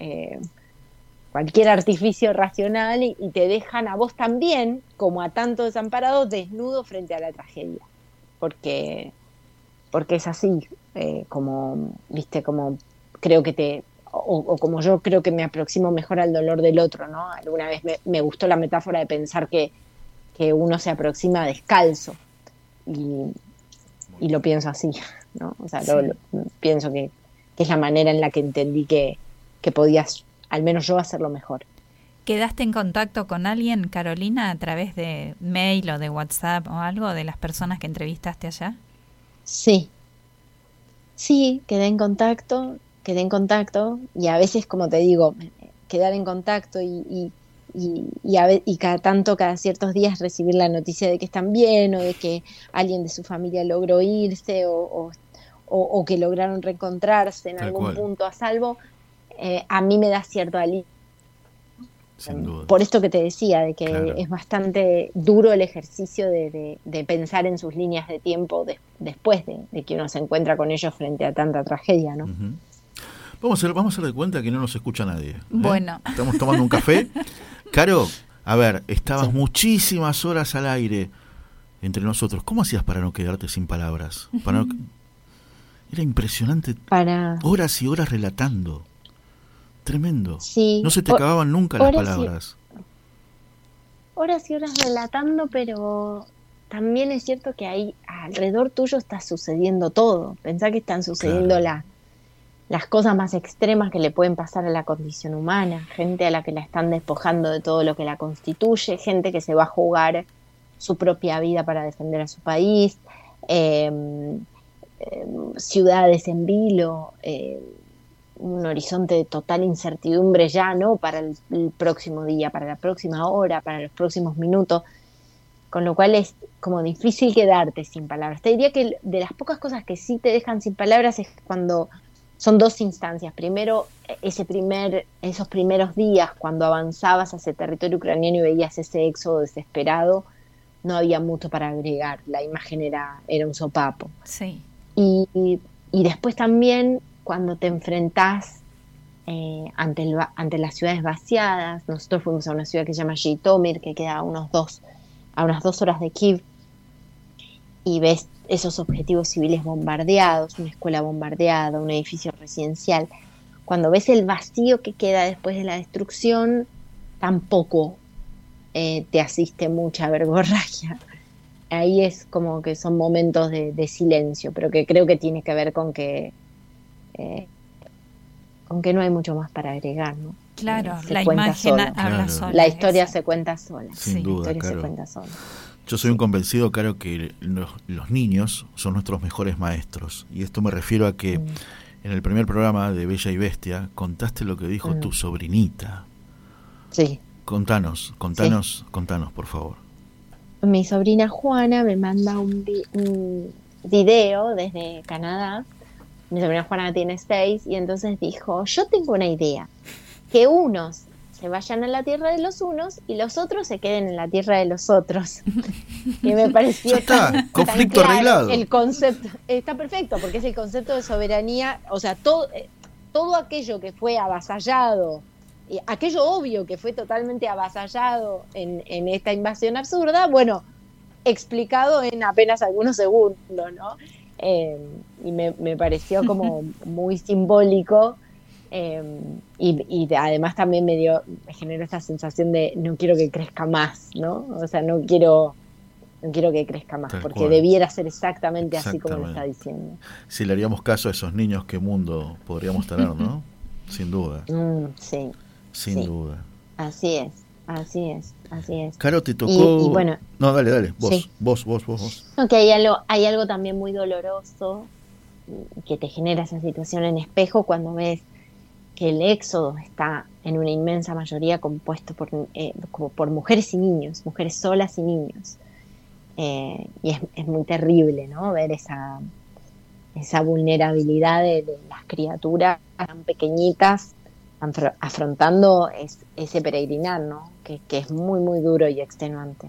artificio racional y te dejan a vos también, como a tanto desamparado, desnudo frente a la tragedia, porque es así, como, viste, como creo que o como yo creo que me aproximo mejor al dolor del otro, ¿no? Alguna vez me gustó la metáfora de pensar que uno se aproxima descalzo, y lo pienso así, ¿no? O sea, sí. Pienso que es la manera en la que entendí que podías, al menos yo, hacerlo mejor. ¿Quedaste en contacto con alguien, Carolina, a través de mail o de WhatsApp o algo de las personas que entrevistaste allá? Sí, quedé en contacto, y a veces, como te digo, quedar en contacto y cada ciertos días recibir la noticia de que están bien, o de que alguien de su familia logró irse, o que lograron reencontrarse en algún punto a salvo, a mí me da cierto alivio. Por esto que te decía, de que es bastante duro el ejercicio de pensar en sus líneas de tiempo después de que uno se encuentra con ellos frente a tanta tragedia, ¿no? Vamos a hacer de cuenta que no nos escucha nadie. Bueno. Estamos tomando un café. Caro, a ver, estabas muchísimas horas al aire entre nosotros. ¿Cómo hacías para no quedarte sin palabras? Era impresionante. Horas y horas relatando. Tremendo. Sí. No se te acababan nunca las palabras. Horas y horas relatando, pero también es cierto que ahí alrededor tuyo está sucediendo todo. Pensá que están sucediendo las cosas más extremas que le pueden pasar a la condición humana, gente a la que la están despojando de todo lo que la constituye, gente que se va a jugar su propia vida para defender a su país, ciudades en vilo, un horizonte de total incertidumbre ya, ¿no? Para el próximo día, para la próxima hora, para los próximos minutos, con lo cual es como difícil quedarte sin palabras. Te diría que de las pocas cosas que sí te dejan sin palabras es cuando son dos instancias. Primero, esos primeros días, cuando avanzabas hacia el territorio ucraniano y veías ese éxodo desesperado, no había mucho para agregar, la imagen era un sopapo. Sí. Y después también cuando te enfrentás ante las ciudades vaciadas. Nosotros fuimos a una ciudad que se llama Zhytomyr, que queda a unas 2 horas de Kiev, y ves esos objetivos civiles bombardeados, una escuela bombardeada, un edificio residencial. Cuando ves el vacío que queda después de la destrucción, tampoco te asiste mucha verborragia. Ahí es como que son momentos de silencio, pero que creo que tiene que ver con que no hay mucho más para agregar, ¿no? Claro, la imagen habla sola. La historia se cuenta sola. Sin duda, la historia claro. se cuenta sola. Yo soy un convencido, Caro, que los niños son nuestros mejores maestros. Y esto me refiero a que en el primer programa de Bella y Bestia contaste lo que dijo tu sobrinita. Sí. Contanos, por favor. Mi sobrina Juana me manda un video desde Canadá. Mi sobrina Juana tiene 6 y entonces dijo, yo tengo una idea, que unos se vayan a la tierra de los unos y los otros se queden en la tierra de los otros. Y me pareció conflicto tan claro arreglado. El concepto está perfecto porque es el concepto de soberanía, o sea, todo aquello que fue avasallado, aquello obvio que fue totalmente avasallado en esta invasión absurda, bueno, explicado en apenas algunos segundos, ¿no? Y me pareció como muy simbólico. Y además también me generó esta sensación de no quiero que crezca más, ¿no? O sea, no quiero que crezca más, Tal porque cual. Debiera ser exactamente así como lo está diciendo. Si le haríamos caso a esos niños, qué mundo podríamos tener, ¿no? Sin duda. Sí. Sin duda. Así es. Caro, te tocó... Y bueno, no, dale, vos, sí. vos. No, que hay algo también muy doloroso que te genera esa situación en espejo cuando ves que el éxodo está en una inmensa mayoría compuesto por mujeres y niños, mujeres solas y niños. Y es muy terrible, ¿no? Ver esa vulnerabilidad de las criaturas tan pequeñitas afrontando ese peregrinar, ¿no? Que es muy, muy duro y extenuante.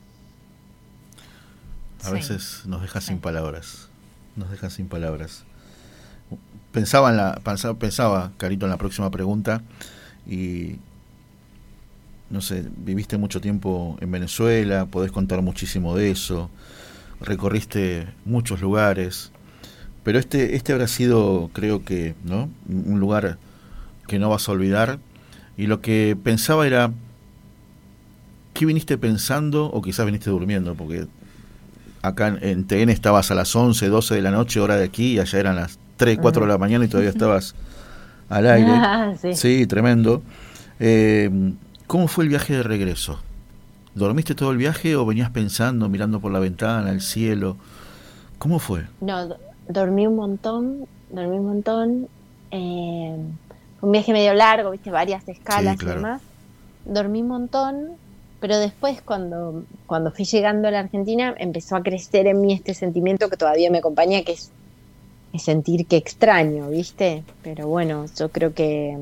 A veces nos deja sin palabras. Pensaba, Carito, en la próxima pregunta, y no sé, viviste mucho tiempo en Venezuela, podés contar muchísimo de eso, recorriste muchos lugares, pero este habrá sido, creo que, ¿no?, un lugar que no vas a olvidar. Y lo que pensaba era, ¿qué viniste pensando? O quizás viniste durmiendo, porque acá en TN estabas a las 11, 12 de la noche, hora de aquí, y allá eran las 3, 4 de la mañana y todavía estabas al aire. Sí, tremendo. ¿Cómo fue el viaje de regreso? ¿Dormiste todo el viaje o venías pensando, mirando por la ventana, el cielo? ¿Cómo fue? No, dormí un montón. Fue un viaje medio largo, viste, varias escalas, sí, claro, y demás. Dormí un montón, pero después cuando fui llegando a la Argentina empezó a crecer en mí este sentimiento que todavía me acompaña, que es sentir que extraño, ¿viste? Pero bueno, yo creo que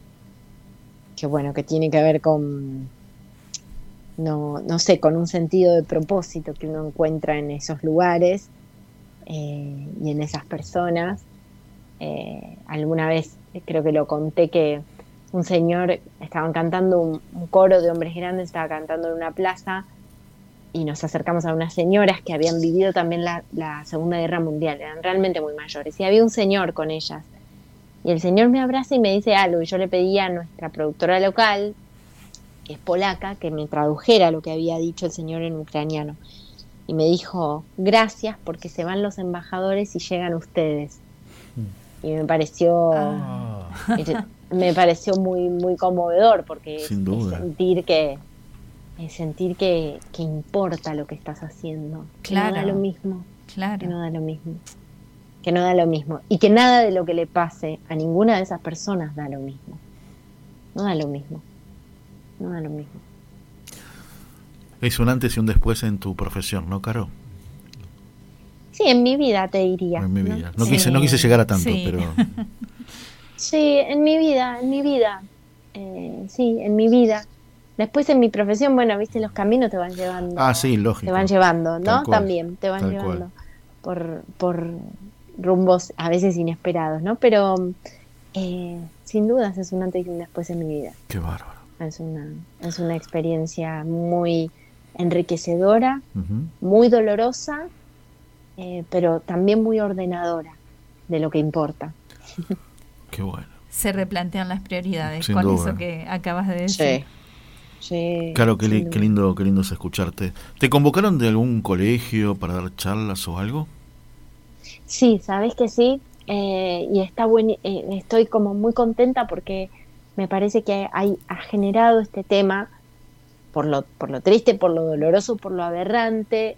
tiene que ver con, no sé, con un sentido de propósito que uno encuentra en esos lugares y en esas personas. Alguna vez creo que lo conté, que un señor, estaban cantando un coro de hombres grandes, estaba cantando en una plaza, y nos acercamos a unas señoras que habían vivido también la Segunda Guerra Mundial, eran realmente muy mayores, y había un señor con ellas, y el señor me abraza y me dice algo, y yo le pedí a nuestra productora local, que es polaca, que me tradujera lo que había dicho el señor en ucraniano, y me dijo, gracias porque se van los embajadores y llegan ustedes. Y me pareció muy, muy conmovedor, porque es sentir que importa lo que estás haciendo, claro, que no da lo mismo, claro, no da lo mismo. Y que nada de lo que le pase a ninguna de esas personas da lo mismo. No da lo mismo. No da lo mismo. Es un antes y un después en tu profesión, ¿no, Caro? Sí, en mi vida te diría. En mi vida. No Sí. quise llegar a tanto, Sí. pero... Sí, en mi vida. Sí, en mi vida. Después en mi profesión, bueno, viste, los caminos te van llevando. Ah, sí, lógico. Te van llevando, ¿no? Tal cual. También te van Tal llevando por rumbos a veces inesperados, ¿no? Pero sin dudas es un antes y un después en mi vida. Qué bárbaro. Es una experiencia muy enriquecedora, Ujú. muy dolorosa, pero también muy ordenadora de lo que importa. Qué bueno. Se replantean las prioridades Sin con duda. eso que acabas de decir. Sí, Claro, sin duda. qué lindo es escucharte. ¿Te convocaron de algún colegio para dar charlas o algo? Sí, sabes que sí, y está estoy como muy contenta porque me parece que ha generado este tema por lo triste, por lo doloroso, por lo aberrante,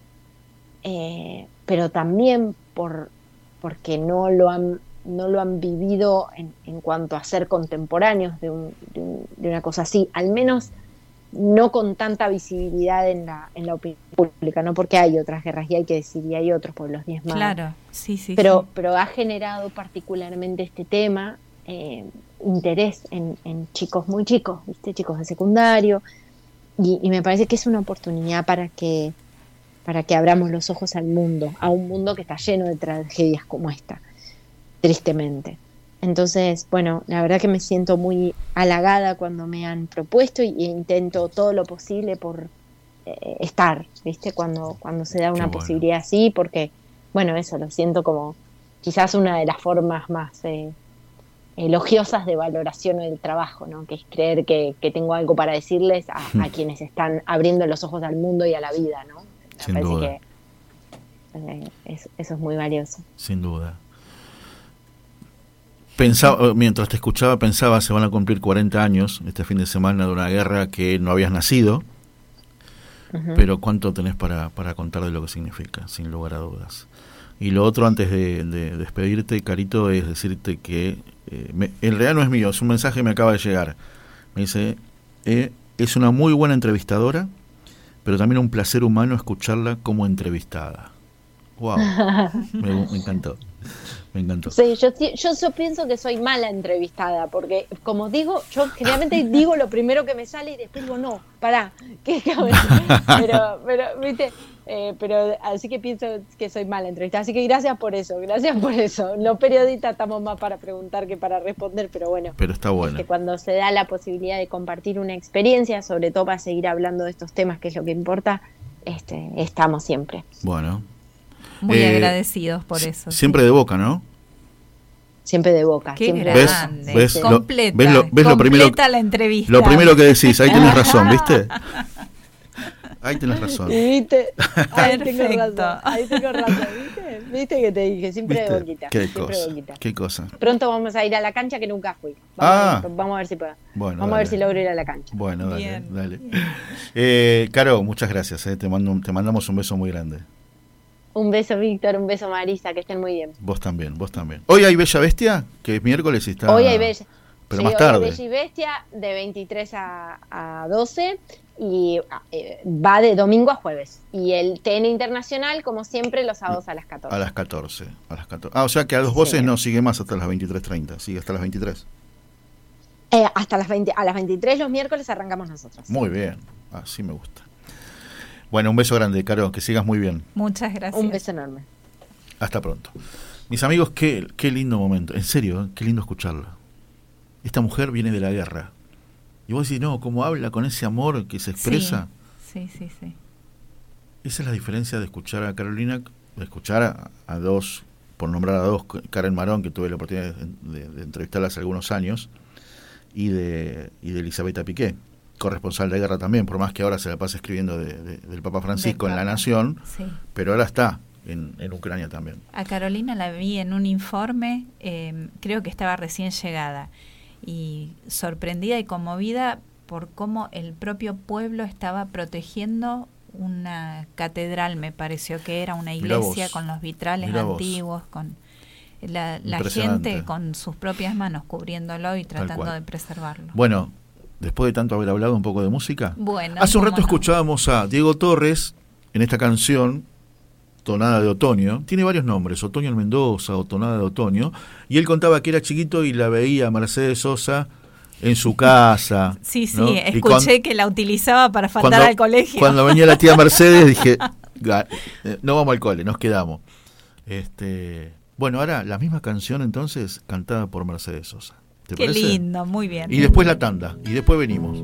pero también porque no lo han vivido en cuanto a ser contemporáneos de una cosa así, al menos no con tanta visibilidad en la opinión pública, no porque hay otras guerras y hay que decir, y hay otros pueblos diezmados. Claro, sí. Pero ha generado particularmente este tema interés en chicos muy chicos, ¿viste? Chicos de secundario, y me parece que es una oportunidad para que abramos los ojos al mundo, a un mundo que está lleno de tragedias como esta, tristemente. Entonces, bueno, la verdad que me siento muy halagada cuando me han propuesto y intento todo lo posible por estar, ¿viste? Cuando se da una Qué bueno. posibilidad así, porque, bueno, eso lo siento como quizás una de las formas más elogiosas de valoración del trabajo, ¿no? Que es creer que tengo algo para decirles a quienes están abriendo los ojos al mundo y a la vida, ¿no? Sin Me parece duda. que eso es muy valioso. Sin duda. Pensaba, mientras te escuchaba, pensaba, se van a cumplir 40 años este fin de semana de una guerra que no habías nacido, Ujú. pero ¿cuánto tenés para contar de lo que significa, sin lugar a dudas? Y lo otro, antes de despedirte, Carito, es decirte que, en realidad no es mío, es un mensaje que me acaba de llegar. Me dice, es una muy buena entrevistadora, pero también un placer humano escucharla como entrevistada. ¡Wow! Me encantó. Me encantó. Sí, yo pienso que soy mala entrevistada, porque como digo, yo generalmente digo lo primero que me sale y después digo, no, pará, pero viste, pero así que pienso que soy mala entrevistada, así que gracias por eso. Los periodistas estamos más para preguntar que para responder, pero bueno. Pero está bueno. Que cuando se da la posibilidad de compartir una experiencia, sobre todo para seguir hablando de estos temas, que es lo que importa, estamos siempre. Bueno. Muy agradecidos por eso. Siempre de Boca, ¿no? Siempre de Boca. Qué siempre grande. ¿Ves? Completa, ¿Ves lo primero, completa la entrevista. Lo primero que decís, ahí tenés razón, ¿viste? Ahí tenés razón. ¿Viste? Ahí tengo Perfecto. razón, ¿viste que te dije? Siempre ¿Viste? de Boquita. Qué siempre cosa, de Boquita. qué cosa. Pronto vamos a ir a la cancha que nunca fui. Vamos a ver si puedo. Bueno, vamos a ver si logro ir a la cancha. Bueno, dale, Bien. dale. Caro, muchas gracias. Te mandamos un beso muy grande. Un beso, Víctor, un beso, Marisa, que estén muy bien. Vos también. Hoy hay Bella Bestia, que es miércoles y está... Hoy hay Bella. Pero Sí, más hoy tarde. hay Bella y Bestia de 23 a 12 y va de domingo a jueves. Y el TN Internacional, como siempre, los sábados a las 14. A las 14. Ah, o sea que a dos voces no sigue más hasta las 23:30, sigue hasta las 23. Hasta las 20, a las 23 los miércoles arrancamos nosotros. Muy bien, así me gusta. Bueno, un beso grande, Caro, que sigas muy bien. Muchas gracias. Un beso enorme. Hasta pronto. Mis amigos, qué lindo momento. En serio, qué lindo escucharla. Esta mujer viene de la guerra. Y vos decís, no, cómo habla con ese amor que se expresa. Sí. Esa es la diferencia de escuchar a Carolina, de escuchar a dos, por nombrar a dos, Karen Marón, que tuve la oportunidad de entrevistarla hace algunos años, y de Elisabetta Piqué, corresponsal de guerra también, por más que ahora se la pase escribiendo del Papa Francisco en La Nación, Sí. pero ahora está en Ucrania también. A Carolina la vi en un informe, creo que estaba recién llegada, y sorprendida y conmovida por cómo el propio pueblo estaba protegiendo una catedral, me pareció que era una iglesia con los vitrales Mirá vos. antiguos, la gente con sus propias manos cubriéndolo y tratando de preservarlo. Bueno, después de tanto haber hablado un poco de música, hace un rato escuchábamos a Diego Torres en esta canción Tonada de Otoño. Tiene varios nombres, Otoño en Mendoza o Tonada de Otoño, y él contaba que era chiquito y la veía a Mercedes Sosa en su casa. Sí, ¿no? Escuché que la utilizaba para faltar al colegio. Cuando venía la tía Mercedes dije, no vamos al cole, nos quedamos. Bueno, ahora la misma canción entonces cantada por Mercedes Sosa. ¿Te parece? Qué lindo, muy bien. Y después la tanda, y después venimos.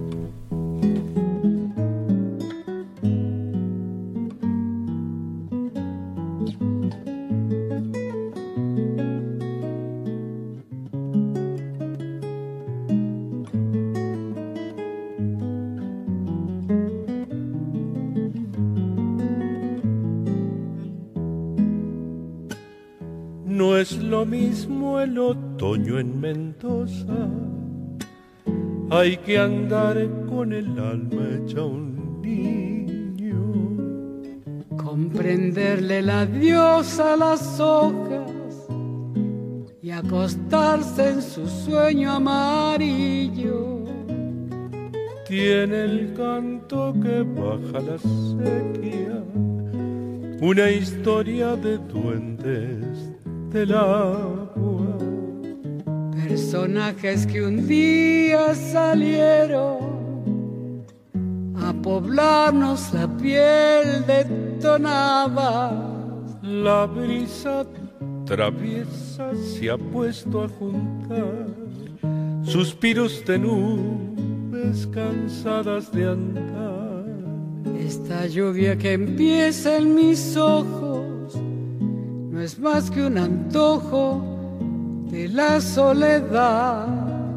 No es lo mismo el otoño en Mendoza, hay que andar con el alma hecha un niño, comprenderle el adiós a las hojas y acostarse en su sueño amarillo. Tiene el canto que baja la sequía, una historia de duendes del agua, personajes que un día salieron a poblarnos la piel de tonabas. La brisa traviesa se ha puesto a juntar suspiros de nubes cansadas de andar. Esta lluvia que empieza en mis ojos no es más que un antojo de la soledad.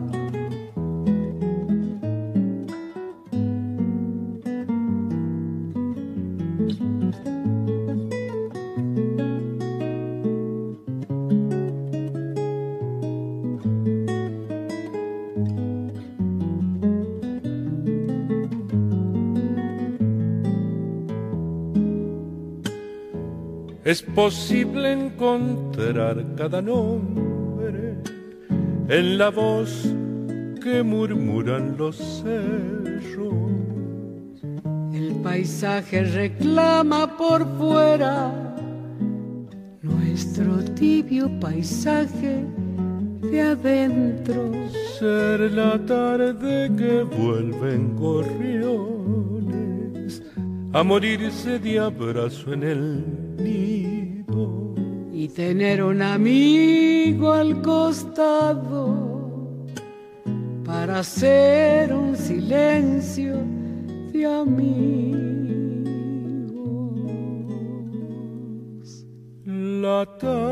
Es posible encontrar cada nombre en la voz que murmuran los cerros. El paisaje reclama por fuera nuestro tibio paisaje de adentro. Ser la tarde que vuelven gorriones a morirse de abrazo en el nido, y tener un amigo al costado para hacer un silencio de amigos. La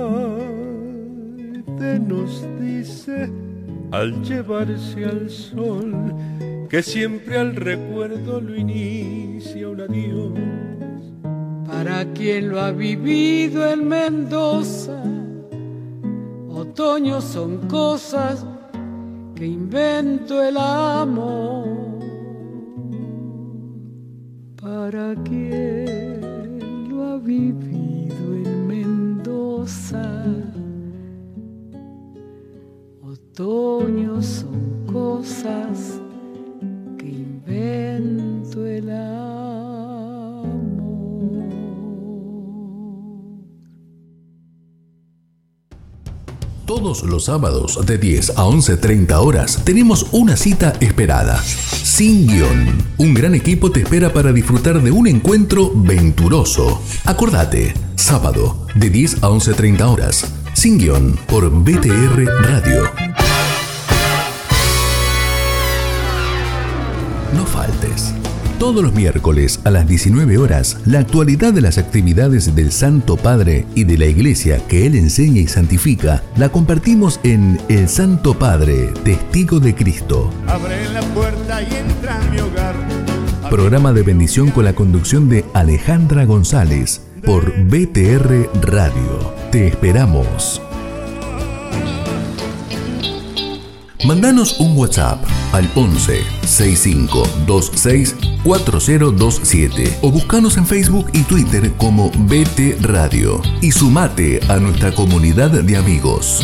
tarde nos dice al llevarse al sol que siempre al recuerdo lo inicia un adiós. Para quien lo ha vivido en Mendoza, otoño son cosas que inventó el amor. Para quien lo ha vivido en Mendoza, otoño son cosas que inventó el amor. Todos los sábados de 10 a 11:30 horas tenemos una cita esperada. Sin guión. Un gran equipo te espera para disfrutar de un encuentro venturoso. Acordate, sábado de 10 a 11:30 horas. Sin guión por BTR Radio. No faltes. Todos los miércoles a las 19 horas, la actualidad de las actividades del Santo Padre y de la Iglesia que Él enseña y santifica, la compartimos en El Santo Padre, Testigo de Cristo. Abre la puerta y entra en mi hogar. Programa de bendición con la conducción de Alejandra González por BTR Radio. Te esperamos. Mandanos un WhatsApp al 11 6526 4027 o buscanos en Facebook y Twitter como BT Radio y sumate a nuestra comunidad de amigos.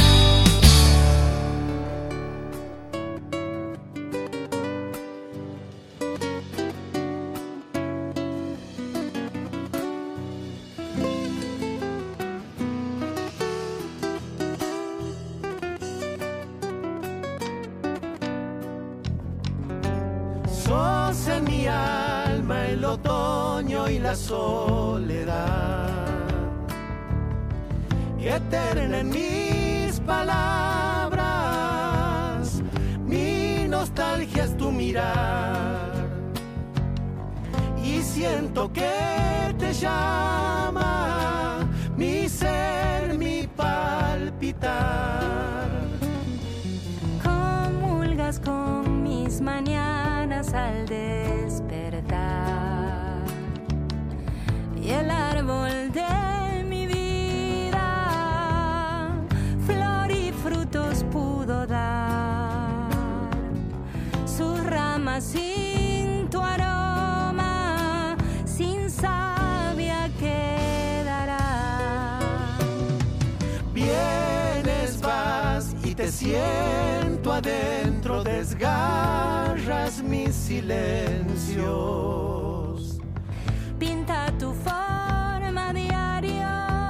Sos en mi alma el otoño y la soledad, y eterna en mis palabras, mi nostalgia es tu mirar, y siento que te llama mi ser, mi palpitar. Comulgas con mis mañanas al despertar, y el árbol de mi vida flor y frutos pudo dar, sus ramas sin tu aroma, sin savia quedará. Vienes, vas y te siento adentro, desgarras mis silencios. Pinta tu forma diario,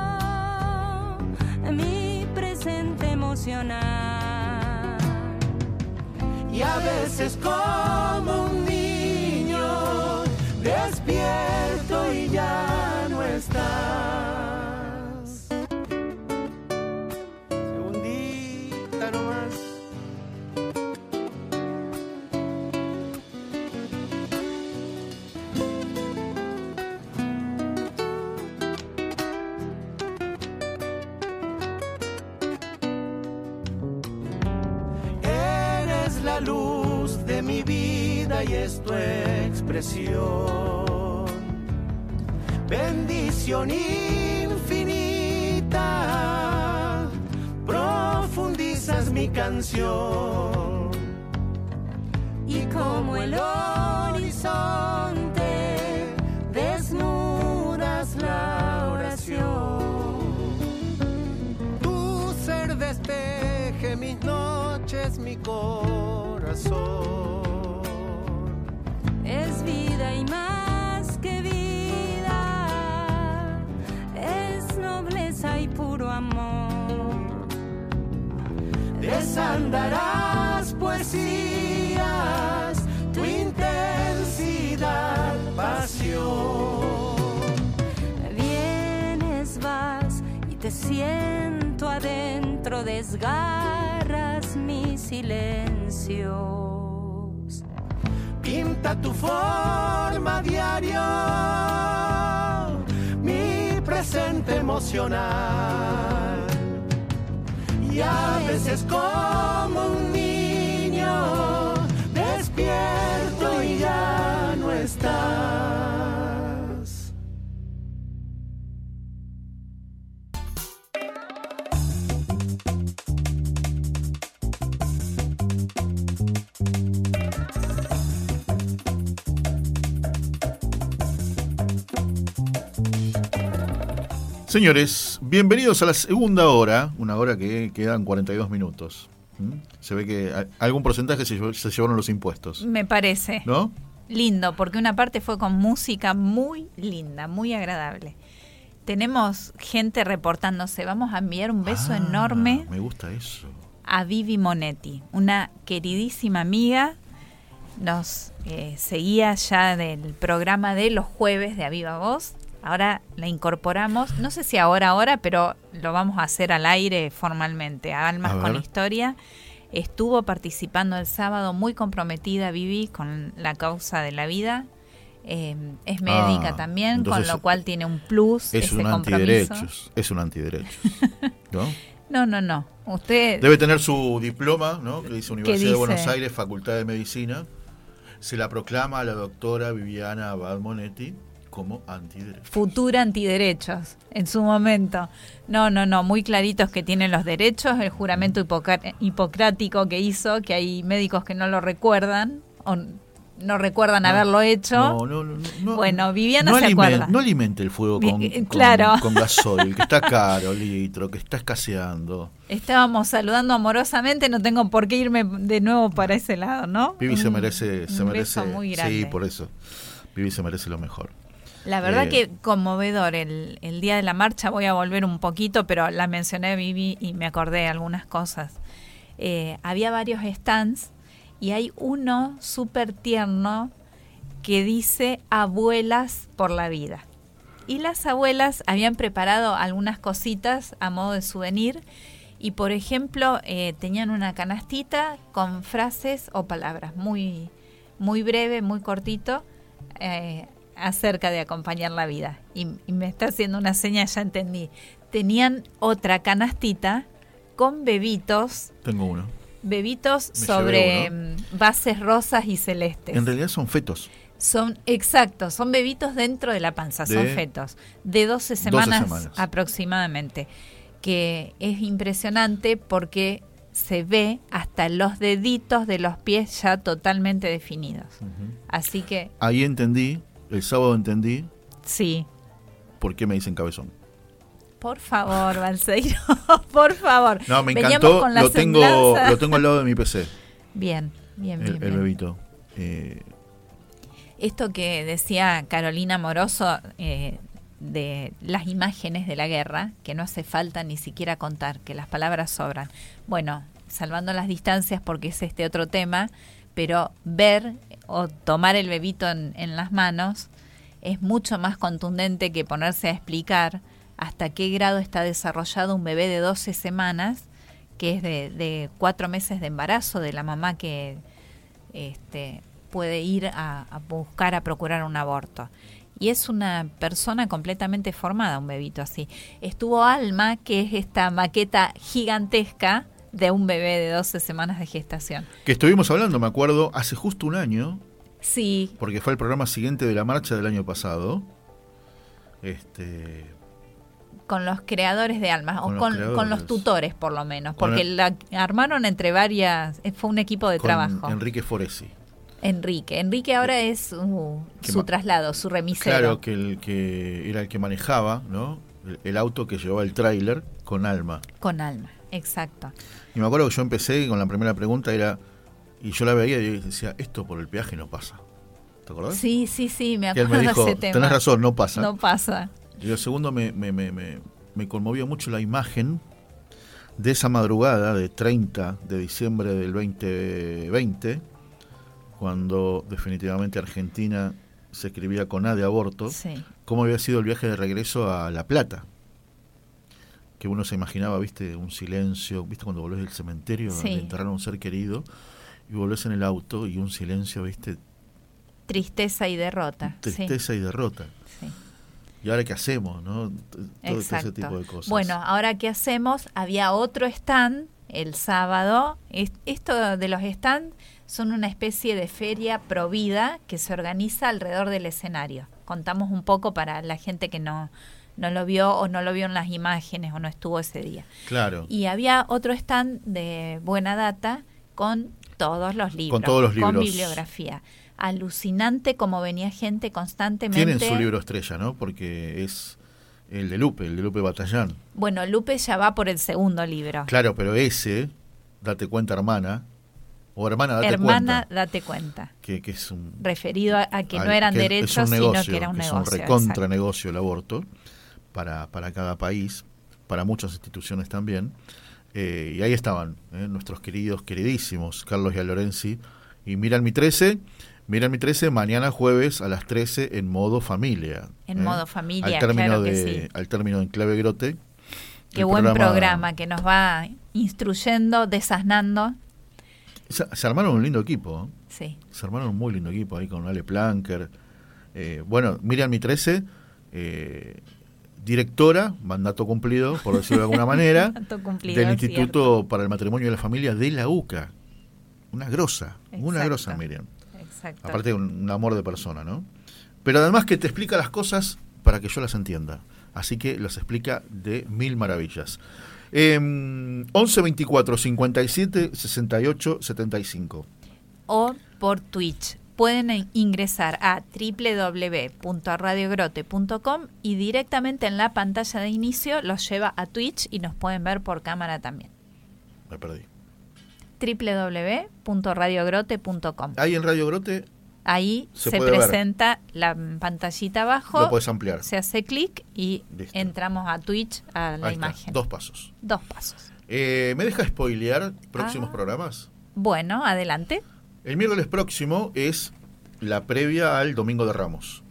mi presente emocional. Y a veces como un niño despierto y ya no estás. Segundita nomás. La luz de mi vida y es tu expresión, bendición infinita, profundizas mi canción, y como el horizonte desnudas la oración. Tu ser desteje mis noches, mi corazón. Es vida y más que vida, es nobleza y puro amor. Desandarás poesías, tu intensidad, pasión. Vienes, vas y te siento adentro, desgarras mis silencios. Pinta tu forma diario, mi presente emocional. Y a veces como un niño despierto y ya no estás. Señores, bienvenidos a la segunda hora, una hora que quedan 42 minutos. Se ve que algún porcentaje se llevaron los impuestos. Me parece. ¿No? Lindo, porque una parte fue con música muy linda, muy agradable. Tenemos gente reportándose. Vamos a enviar un beso enorme. Me gusta eso. A Vivi Monetti, una queridísima amiga. Nos seguía ya del programa de los jueves de A Viva Voz. Ahora la incorporamos, no sé si ahora, pero lo vamos a hacer al aire formalmente. A Almas con Historia. Estuvo participando el sábado, muy comprometida Vivi con la causa de la vida. Es médica también, entonces, con lo cual tiene un plus. Es un antiderechos. Es un antiderechos. ¿No? No. Usted debe tener su diploma, ¿no? Que dice Universidad de Buenos Aires, Facultad de Medicina. Se la proclama a la doctora Viviana Abad Monetti como antiderechos. Futura antiderechos, en su momento. No, muy claritos que tienen los derechos, el juramento hipocrático que hizo, que hay médicos que no lo recuerdan, o no recuerdan haberlo hecho. No. Bueno, Viviana se acuerda. No alimente el fuego claro. con gasoil, que está caro, litro, que está escaseando. Estábamos saludando amorosamente, no tengo por qué irme de nuevo para ese lado, ¿no? Vivi se merece beso muy grande. Sí, por eso. Vivi se merece lo mejor. La verdad que conmovedor el día de la marcha. Voy a volver un poquito, pero la mencioné, Vivi, y me acordé de algunas cosas. Había varios stands y hay uno súper tierno que dice abuelas por la vida. Y las abuelas habían preparado algunas cositas a modo de souvenir y, por ejemplo, tenían una canastita con frases o palabras muy, muy breve, muy cortito, acerca de acompañar la vida. Y me está haciendo una seña, ya entendí. Tenían otra canastita con bebitos. Tengo uno. Bebitos sobre bases rosas y celestes. En realidad son fetos. Son bebitos dentro de la panza, son fetos. De 12 semanas aproximadamente. Que es impresionante porque se ve hasta los deditos de los pies ya totalmente definidos. Así que... Ahí entendí, el sábado entendí. Sí. ¿Por qué me dicen cabezón? Por favor, Balseiro, por favor. No, me encantó, lo tengo al lado de mi PC. Bien. El bebito. Esto que decía Carolina Moroso de las imágenes de la guerra, que no hace falta ni siquiera contar, que las palabras sobran. Bueno, salvando las distancias porque es este otro tema, pero ver o tomar el bebito en las manos es mucho más contundente que ponerse a explicar hasta qué grado está desarrollado un bebé de 12 semanas, que es de 4 meses de embarazo de la mamá que puede ir a buscar, a procurar un aborto. Y es una persona completamente formada, un bebito así. Estuvo Alma, que es esta maqueta gigantesca de un bebé de 12 semanas de gestación. Que estuvimos hablando, me acuerdo, hace justo un año. Sí. Porque fue el programa siguiente de la marcha del año pasado. Con los creadores de Almas, con los tutores por lo menos, porque la armaron entre varias, fue un equipo de trabajo. Enrique Foresi. Enrique ahora es su traslado, su remisero. Claro, que era el que manejaba, ¿no? El auto que llevaba el tráiler con Alma. Con Alma, exacto. Y me acuerdo que yo empecé con la primera pregunta y yo la veía y decía, esto por el peaje no pasa. ¿Te acordás? Sí, me acuerdo de ese tema. Tenés razón, no pasa. No pasa. Y lo segundo, me conmovió mucho la imagen de esa madrugada de 30 de diciembre del 2020, cuando definitivamente Argentina se escribía con A de aborto, cómo había sido el viaje de regreso a La Plata. Que uno se imaginaba, viste, un silencio, viste cuando volvés del cementerio, donde enterraron a un ser querido, y volvés en el auto y un silencio, viste. Tristeza y derrota. Y derrota. Sí. ¿Y ahora qué hacemos, no? Todo ese tipo de cosas. Bueno, ahora qué hacemos, había otro stand el sábado. Esto de los stands son una especie de feria pro vida que se organiza alrededor del escenario. Contamos un poco para la gente que no lo vio o no lo vio en las imágenes o no estuvo ese día. Claro. Y había otro stand de buena data con todos los libros. Con bibliografía. Alucinante como venía gente constantemente. Tienen su libro estrella, ¿no? Porque es el de Lupe Batallán. Bueno, Lupe ya va por el segundo libro. Claro, pero ese, Date cuenta, hermana, o hermana, date cuenta. Que es un... referido a que no eran derechos, negocio, sino que era un negocio. Es un recontra negocio el aborto para cada país, para muchas instituciones también. Y ahí estaban nuestros queridísimos Carlos y a Lorenzi y Miran mi 13, mañana jueves a las 13 en modo familia. Modo familia, al término de Enclave Grote. Qué buen programa que nos va instruyendo, desasnando. Se armaron un lindo equipo. Sí. Se armaron un muy lindo equipo ahí con Ale Planker. Miriam mi 13, directora, mandato cumplido, por decirlo de alguna manera, del Instituto para el Matrimonio y la Familia de la UCA. Una grosa Miriam. Exacto. Aparte un amor de persona, ¿no? pero además que te explica las cosas para que yo las entienda. Así que las explica de mil maravillas. 11 24 57 68 75. O por Twitch. Pueden ingresar a www.radiogrote.com y directamente en la pantalla de inicio los lleva a Twitch y nos pueden ver por cámara también. Me perdí. www.radiogrote.com. Ahí en Radio Grote ahí se puede presenta la pantallita abajo. Lo puedes ampliar. Se hace clic y Listo. entramos a Twitch a la Ahí está, imagen. 2 pasos. 2 pasos. ¿Me deja spoilear próximos programas? Bueno, adelante. El miércoles próximo es la previa al Domingo de Ramos.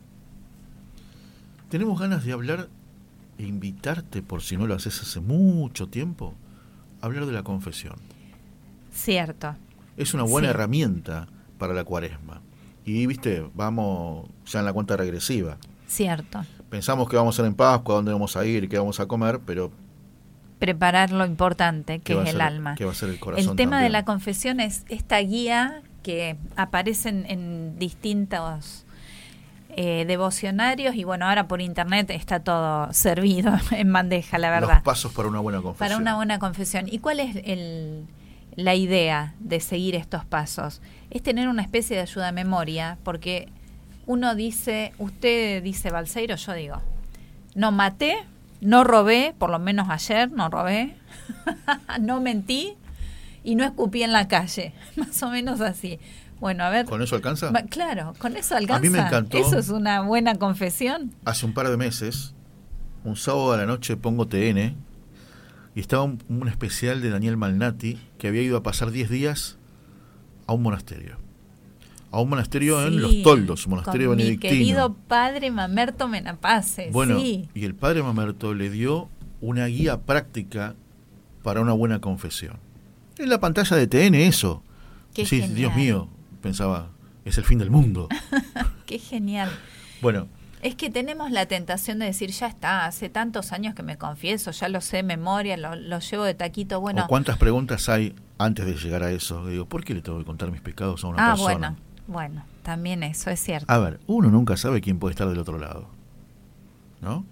Tenemos ganas de hablar e invitarte, por si no lo haces hace mucho tiempo, a hablar de la confesión. Cierto. Es una buena Sí. herramienta para la Cuaresma. Y, viste, vamos ya en la cuenta regresiva. Cierto. Pensamos que vamos a ir en Pascua, dónde vamos a ir, qué vamos a comer, pero Preparar lo importante, que ¿qué va es a el ser- alma. qué va a ser el corazón El tema de también? la confesión es esta guía que aparece en distintos devocionarios y bueno, ahora por internet está todo servido en bandeja, la verdad. Los pasos para una buena confesión. Para una buena confesión. ¿Y cuál es la idea de seguir estos pasos? Es tener una especie de ayuda a memoria, porque uno dice, usted dice Balseiro, yo digo, no maté, no robé, por lo menos ayer no robé, no mentí y no escupí en la calle, más o menos así. Bueno, a ver. ¿Con eso alcanza? Claro, con eso alcanza. A mí me encantó. ¿Eso es una buena confesión? Hace un par de meses, un sábado a la noche pongo TN y estaba un especial de Daniel Malnati que había ido a pasar 10 días a un monasterio. A un monasterio en Sí, Los Toldos, un monasterio con benedictino. mi querido padre Mamerto Menapace. Bueno, sí. y el padre Mamerto le dio una guía práctica para una buena confesión. En la pantalla de TN eso. Qué Sí, genial. Dios mío, pensaba, es el fin del mundo. Qué genial. Bueno, Es que tenemos la tentación de decir, ya está, hace tantos años que me confieso, ya lo sé de memoria, lo llevo de taquito. Bueno, ¿o cuántas preguntas hay antes de llegar a eso? Digo, ¿por qué le tengo que contar mis pecados a una persona? bueno, también eso es cierto. A ver, uno nunca sabe quién puede estar del otro lado, ¿no?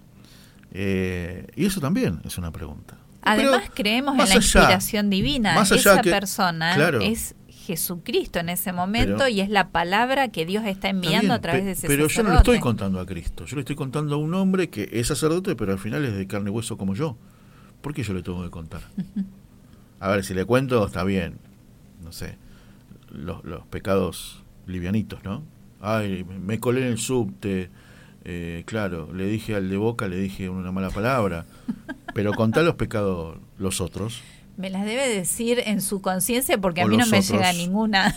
Y eso también es una pregunta. Además Pero creemos en más la allá- inspiración divina. más allá Esa que- persona claro. es Jesucristo en ese momento Pero- y es la palabra que Dios está Está enviando bien, a través de ese pero sacerdote. yo no le estoy contando a Cristo, yo le estoy contando a un hombre que es sacerdote, pero al final es de carne y hueso como yo. ¿Por qué yo le tengo que contar? A ver, si le cuento, está bien, no sé, los pecados livianitos, ¿no? Ay, me colé en el subte, claro, le dije al de Boca, le dije una mala palabra, pero contar los pecados, los otros. Me las debe decir en su conciencia porque a O mí no los me otros. llega ninguna.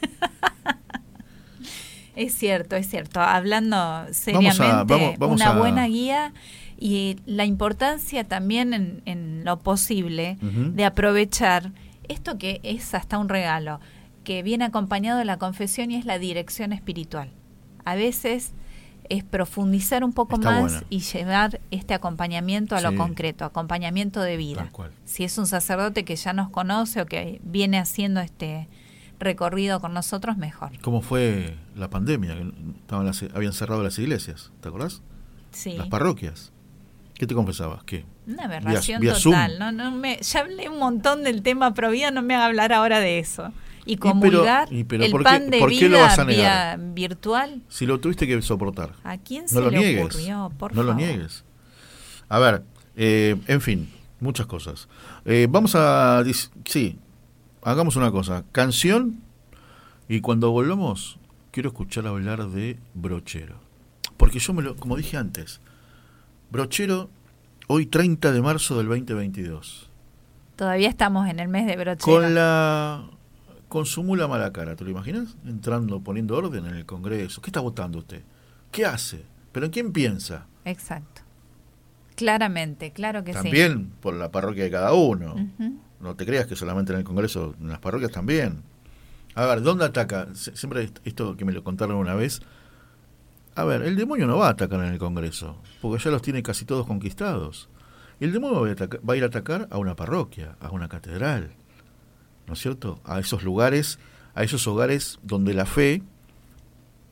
Es cierto, es cierto. Hablando seriamente, vamos una a- buena guía y la importancia también en lo posible Ujú. de aprovechar esto que es hasta un regalo, que viene acompañado de la confesión y es la dirección espiritual. A veces es profundizar un poco Está más buena. y llevar este acompañamiento a lo Sí. concreto, acompañamiento de vida. Tal cual. Si es un sacerdote que ya nos conoce o que viene haciendo este recorrido con nosotros, mejor. ¿Cómo fue la pandemia? Que habían cerrado las iglesias, ¿te acordás? Sí. Las parroquias. ¿Qué te confesabas? ¿Qué? Una aberración vía total. Zoom. Ya hablé un montón del tema pro vida, no me haga hablar ahora de eso. Y pero- comulgar pero el ¿por qué- pan de por qué lo vida vas a negar? vía virtual. Si lo tuviste que soportar. ¿A quién No se lo le niegues. ocurrió? Por No lo favor. niegues. A ver, en fin, muchas cosas. Vamos a... Sí, hagamos una cosa. Canción, y cuando volvamos, quiero escuchar hablar de Brochero. Porque yo como dije antes, Brochero, hoy 30 de marzo del 2022. Todavía estamos en el mes de brochero. Con su mula mala cara, ¿te lo imaginas? Entrando, poniendo orden en el Congreso. ¿Qué está votando usted? ¿Qué hace? ¿Pero en quién piensa? Exacto. Claramente, claro que También por la parroquia de cada uno. sí. Ujú. No te creas que solamente en el Congreso, en las parroquias también. A ver, ¿dónde ataca? Siempre esto que me lo contaron una vez. A ver, el demonio no va a atacar en el Congreso, porque ya los tiene casi todos conquistados. Y el demonio va a ir a atacar a una parroquia, a una catedral, ¿no es cierto? A esos lugares, a esos hogares donde la fe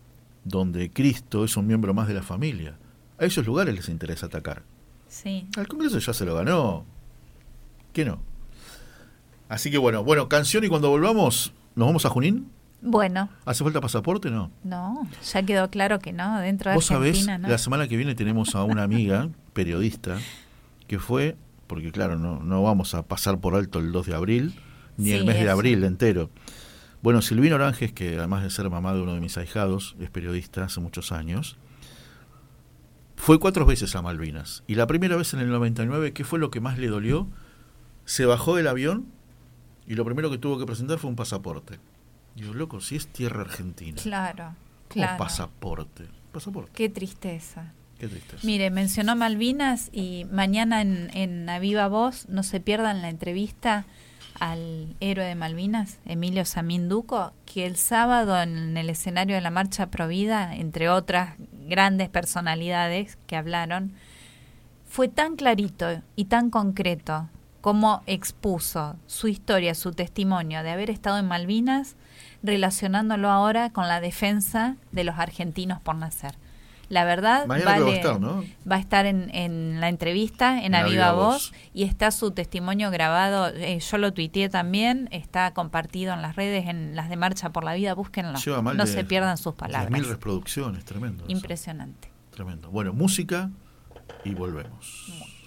donde Cristo es un miembro más de la familia. A esos lugares les interesa atacar. Sí. Al Congreso ya se lo ganó. ¿Qué no? Así que bueno, canción, y cuando volvamos, ¿nos vamos a Junín? Bueno. ¿Hace falta pasaporte? No. No, ya quedó claro que no, dentro de Vos Argentina, sabés, ¿no? la semana que viene tenemos a una amiga, periodista, que fue, porque claro, no vamos a pasar por alto el 2 de abril, ni el mes de abril entero. Bueno, Silvina Oranges, que además de ser mamá de uno de mis ahijados, es periodista hace muchos años, fue 4 veces a Malvinas. Y la primera vez en el 99, ¿qué fue lo que más le dolió? Se bajó del avión y lo primero que tuvo que presentar fue un pasaporte. Digo, loco, si es tierra argentina. Claro, ¿Cómo claro. pasaporte? Qué tristeza. Qué tristeza. Mire, mencionó Malvinas y mañana en A Viva Voz no se pierdan la entrevista al héroe de Malvinas, Emilio Samín Duco, que el sábado en el escenario de la Marcha Provida, entre otras grandes personalidades que hablaron, fue tan clarito y tan concreto como expuso su historia, su testimonio de haber estado en Malvinas, relacionándolo ahora con la defensa de los argentinos por nacer. La verdad, mañana va a estar, ¿no? Va a estar en la entrevista, en A Viva Voz, y está su testimonio grabado, yo lo tuiteé también, está compartido en las redes, en las de Marcha por la Vida, búsquenlo, no se pierdan sus palabras. 10.000 reproducciones, tremendo. Impresionante. Eso. Tremendo. Bueno, música y volvemos. Muy bien.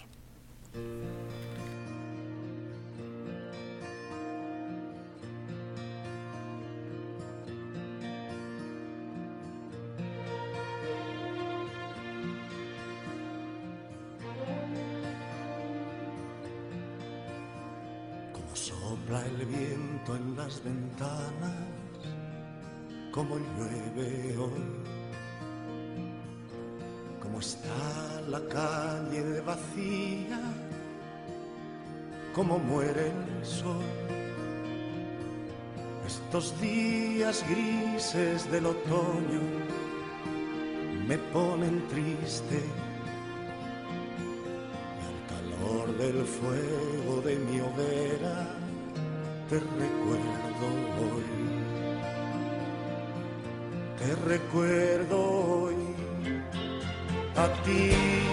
Sopla el viento en las ventanas, como llueve hoy, como está la calle vacía, como muere el sol. Estos días grises del otoño me ponen triste, del fuego de mi hoguera te recuerdo hoy, a ti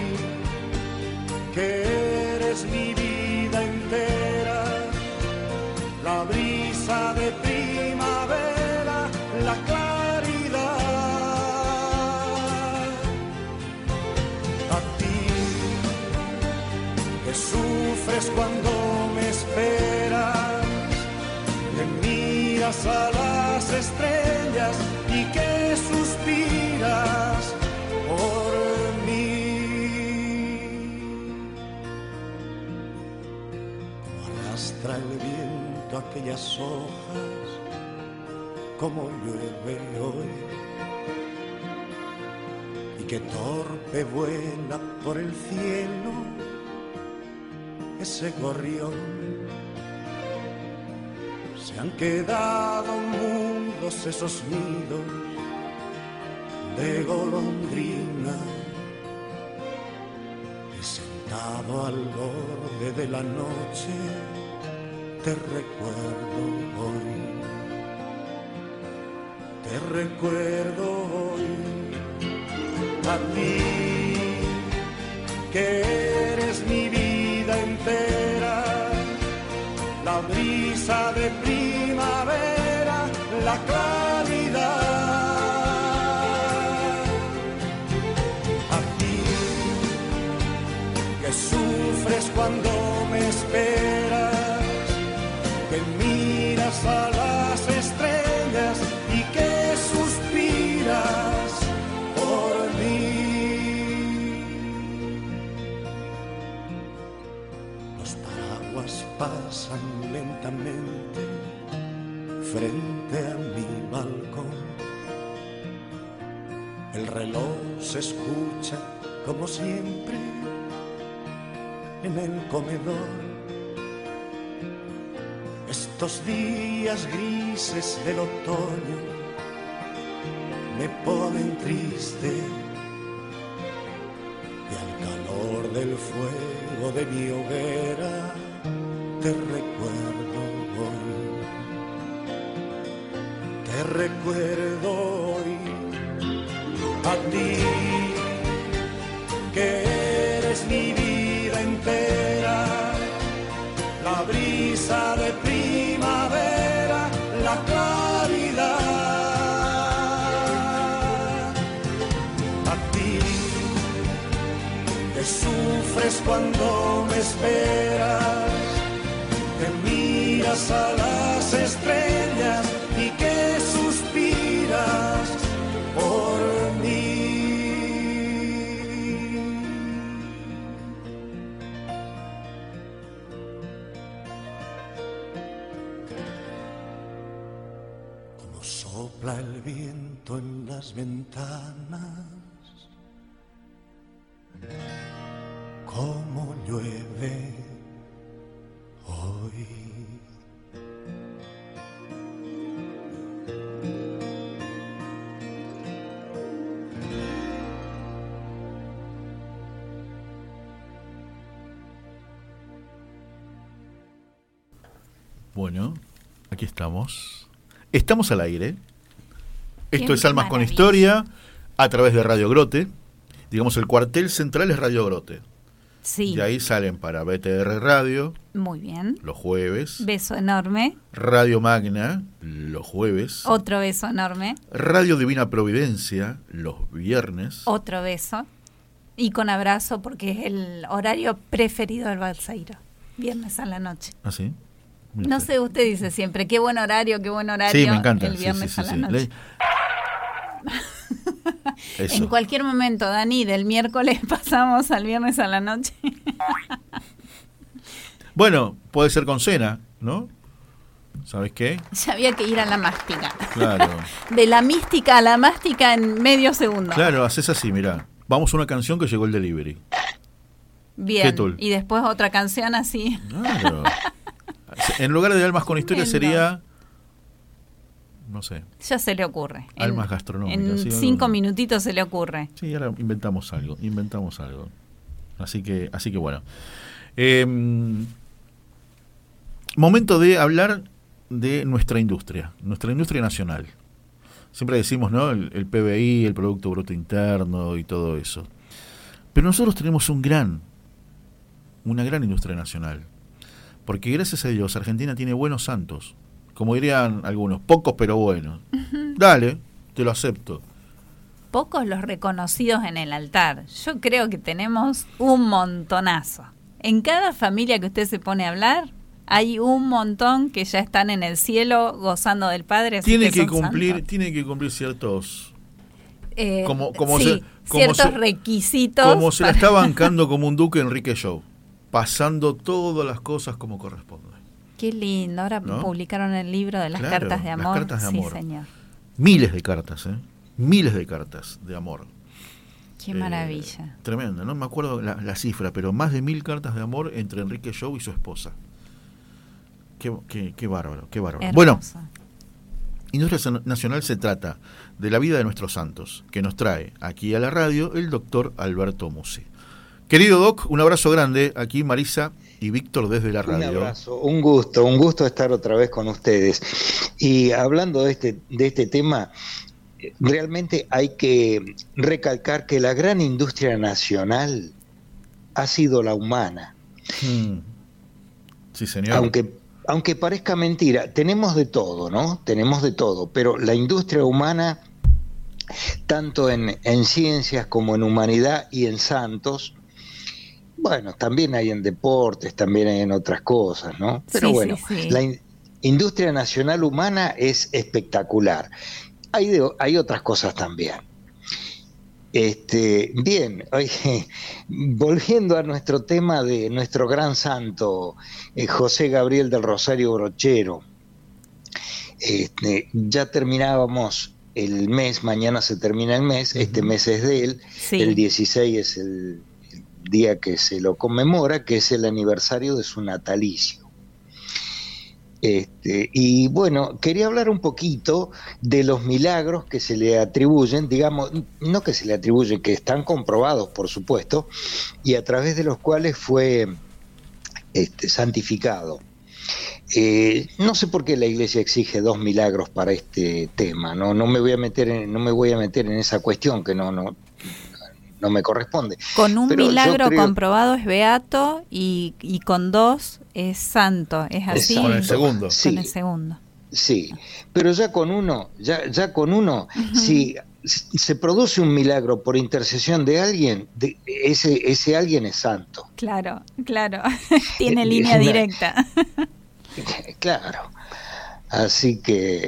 que eres mi vida entera, la brisa de primavera, la claridad, a ti que sufres cuando me esperas, que miras a las estrellas y que suspiras por mí. Como arrastra el viento aquellas hojas, como llueve hoy, y que torpe vuela por el cielo ese gorrión. Se han quedado mudos esos nidos de golondrina, y sentado al borde de la noche te recuerdo hoy, a ti que eres mi vida entera, la brisa de primavera, la claridad, a ti que sufres cuando me esperas, que miras a las estrellas y que suspiras por mí. Los paraguas pasan lentamente frente a mi balcón, el reloj se escucha como siempre en el comedor. Estos días grises del otoño me ponen triste, y al calor del fuego de mi hoguera te recuerdo hoy, esperas, que miras a las estrellas y que suspiras por mí. Como sopla el viento en las ventanas, como llueve hoy. Bueno, aquí estamos. Estamos al aire. Esto Qué es Almas con maravilla. Historia a través de Radio Grote. Digamos, el cuartel central es Radio Grote. Sí, De ahí salen para BTR Radio muy bien. los jueves, Beso enorme. Radio Magna los jueves, Otro beso enorme. Radio Divina Providencia los viernes. Otro beso. Y con abrazo porque es el horario preferido del Balseiro. Viernes a la noche. ¿Ah, sí? No sé, usted dice siempre, qué buen horario, qué buen horario. Sí, me encanta. El Sí, viernes sí, a sí, la sí. noche. Eso. En cualquier momento, Dani, del miércoles pasamos al viernes a la noche. Bueno, puede ser con cena, ¿no? ¿Sabes qué? Ya había que ir a la mástica. Claro. De la mística a la mástica en medio segundo. Claro, haces así, mirá. Vamos a una canción que llegó el delivery. Bien. ¿Qué tal? Y después otra canción así. Claro. En lugar de Almas con Historia Tremendo. sería, no sé, Ya se le ocurre. Almas Gastronómicas. En ¿sí? 5 minutitos se le ocurre. Sí, ahora inventamos algo. Así que bueno. Momento de hablar de nuestra industria nacional. Siempre decimos, ¿no? El PBI, el Producto Bruto Interno y todo eso. Pero nosotros tenemos una gran industria nacional. Porque gracias a Dios Argentina tiene buenos santos. Como dirían algunos, pocos pero buenos. Dale, te lo acepto. Pocos los reconocidos en el altar. Yo creo que tenemos un montonazo. En cada familia que usted se pone a hablar, hay un montón que ya están en el cielo gozando del Padre. Así Tiene que que son cumplir, santos. tiene que cumplir ciertos Sí, ciertos requisitos. Como se la está bancando como un duque Enrique Show, pasando todas las cosas como corresponde. Qué lindo. Ahora ¿No? publicaron el libro de las Claro, cartas de las amor. cartas de amor. Sí, señor. Miles de cartas, miles de cartas de amor. Qué maravilla. Tremendo, no me acuerdo la cifra, pero más de 1000 cartas de amor entre Enrique Show y su esposa. Qué bárbaro, qué bárbaro. Hermoso. Bueno, Industria Nacional se trata de la vida de nuestros santos, que nos trae aquí a la radio el doctor Alberto Musi. Querido Doc, un abrazo grande, aquí Marisa y Víctor desde la radio. Un abrazo, un gusto estar otra vez con ustedes. Y hablando de este tema, realmente hay que recalcar que la gran industria nacional ha sido la humana. Sí, señor. Aunque parezca mentira, tenemos de todo, ¿no? Tenemos de todo, pero la industria humana, tanto en ciencias como en humanidad y en santos, bueno, también hay en deportes, también hay en otras cosas, ¿no? Pero Sí, bueno, sí. la industria nacional humana es espectacular. Hay otras cosas también. Bien, oye, volviendo a nuestro tema de nuestro gran santo, José Gabriel del Rosario Brochero, ya terminábamos el mes, mañana se termina el mes, este mes es de él, Sí. el 16 es el día que se lo conmemora, que es el aniversario de su natalicio. Y bueno, quería hablar un poquito de los milagros que se le atribuyen, digamos, no que se le atribuyen, que están comprobados, por supuesto, y a través de los cuales fue santificado. No sé por qué la Iglesia exige 2 milagros para este tema. No me voy a meter en esa cuestión que no me corresponde. Con un Pero yo milagro creo- comprobado es beato y con 2 es santo. ¿Es así? Exacto. Con el segundo. Sí. Con el segundo. Sí, pero ya con uno, si se produce un milagro por intercesión de alguien, ese alguien es santo. Claro, tiene línea directa. Claro. Así que,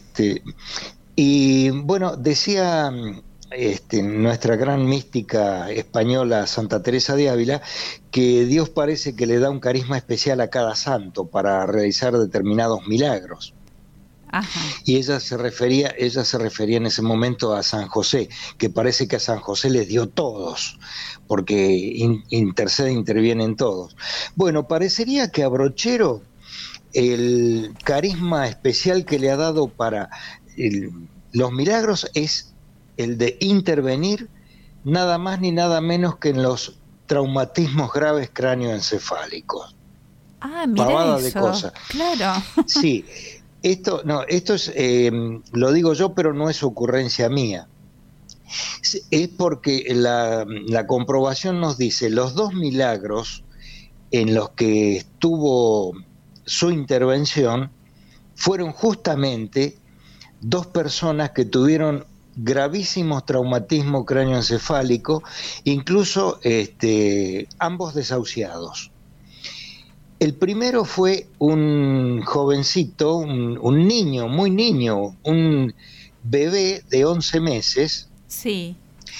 y bueno, decía nuestra gran mística española Santa Teresa de Ávila, que Dios parece que le da un carisma especial a cada santo para realizar determinados milagros. Ajá. Y ella se refería en ese momento a San José, que parece que a San José les dio todos, porque interviene en todos. Bueno, parecería que a Brochero el carisma especial que le ha dado para los milagros es el de intervenir nada más ni nada menos que en los traumatismos graves cráneoencefálicos. Ah, mira Pavada eso. De cosa. Claro. Sí, esto es, lo digo yo, pero no es ocurrencia mía. Es porque la comprobación nos dice los 2 milagros en los que estuvo su intervención fueron justamente 2 personas que tuvieron gravísimos traumatismos cráneoencefálicos, incluso ambos desahuciados. El primero fue un jovencito, un niño, muy niño, un bebé de 11 meses, sí.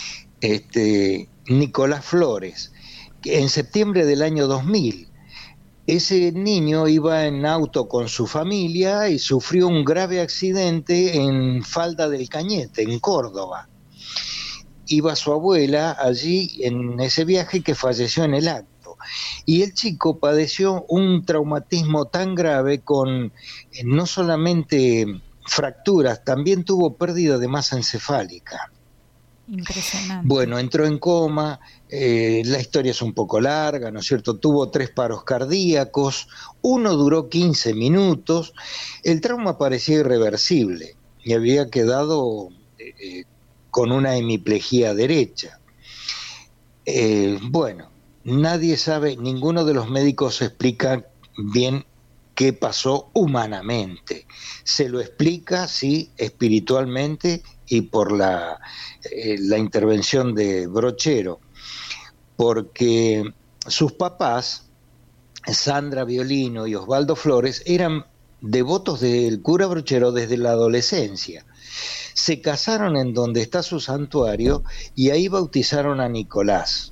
Nicolás Flores, que en septiembre del año 2000. Ese niño iba en auto con su familia y sufrió un grave accidente en Falda del Cañete, en Córdoba. Iba su abuela allí en ese viaje, que falleció en el acto. Y el chico padeció un traumatismo tan grave con no solamente fracturas, también tuvo pérdida de masa encefálica. Impresionante. Bueno, entró en coma, la historia es un poco larga, ¿no es cierto? Tuvo 3 paros cardíacos, uno duró 15 minutos, el trauma parecía irreversible y había quedado con una hemiplegia derecha. Bueno, nadie sabe, ninguno de los médicos explica bien qué pasó humanamente. Se lo explica, sí, espiritualmente y por la intervención de Brochero, porque sus papás, Sandra Violino y Osvaldo Flores, eran devotos del cura Brochero desde la adolescencia. Se casaron en donde está su santuario y ahí bautizaron a Nicolás.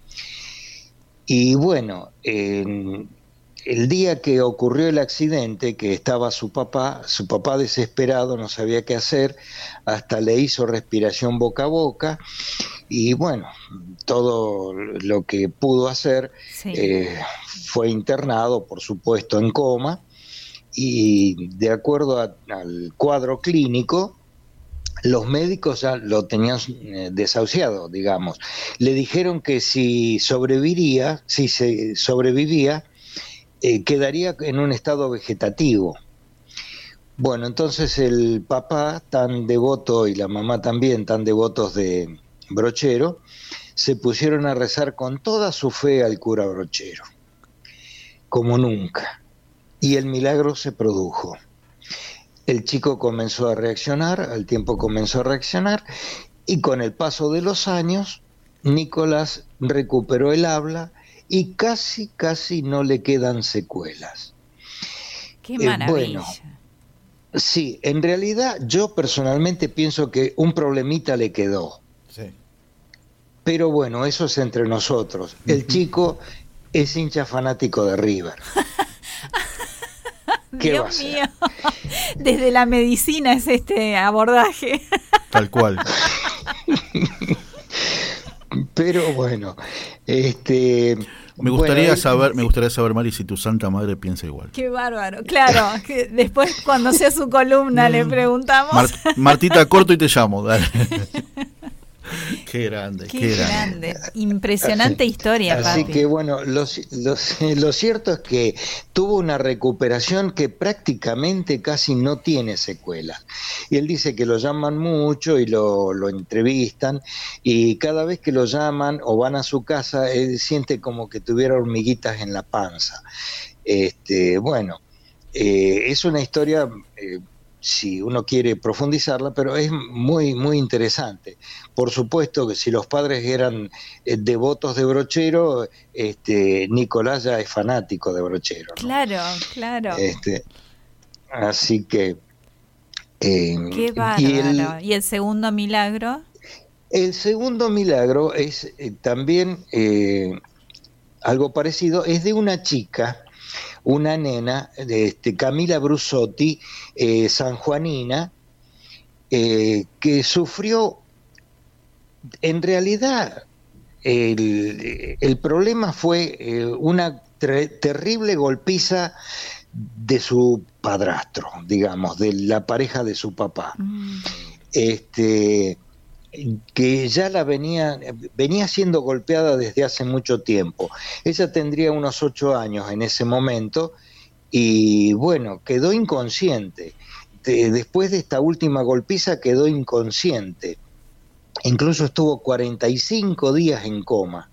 Y bueno, el día que ocurrió el accidente, que estaba su papá desesperado, no sabía qué hacer, hasta le hizo respiración boca a boca, y bueno, todo lo que pudo hacer, sí. Fue internado, por supuesto, en coma, y de acuerdo al cuadro clínico, los médicos ya lo tenían desahuciado, digamos. Le dijeron que si sobrevivía, quedaría en un estado vegetativo. Bueno, entonces el papá, tan devoto, y la mamá también, tan devotos de Brochero, se pusieron a rezar con toda su fe al cura Brochero, como nunca. Y el milagro se produjo. El chico comenzó a reaccionar, al tiempo comenzó a reaccionar, y con el paso de los años, Nicolás recuperó el habla, y casi no le quedan secuelas. ¡Qué maravilla! Bueno, sí, en realidad yo personalmente pienso que un problemita le quedó. Sí. Pero bueno, eso es entre nosotros. El chico es hincha fanático de River. ¿Qué Dios va a hacer? mío, desde la medicina es este abordaje. Tal cual. Pero bueno, me gustaría saber, Mari, si tu santa madre piensa igual. Qué bárbaro, claro, que después cuando sea su columna le preguntamos. Martita, corto y te llamo, dale. Qué grande. Impresionante historia, Así papi. que bueno, lo cierto es que tuvo una recuperación que prácticamente casi no tiene secuelas. Y él dice que lo llaman mucho y lo entrevistan, y cada vez que lo llaman o van a su casa, él siente como que tuviera hormiguitas en la panza. Bueno, es una historia si uno quiere profundizarla, pero es muy, muy interesante. Por supuesto que si los padres eran devotos de Brochero, Nicolás ya es fanático de Brochero, ¿no? Claro, claro. Así que... Qué bárbaro. ¿Y el segundo milagro? El segundo milagro es también algo parecido, es de una chica, una nena, Camila Brusotti, sanjuanina, que sufrió, en realidad, el problema fue una terrible golpiza de su padrastro, digamos, de la pareja de su papá. Que ya venía siendo golpeada desde hace mucho tiempo. Ella tendría unos 8 años en ese momento y bueno, quedó inconsciente. Después de esta última golpiza quedó inconsciente. Incluso estuvo 45 días en coma.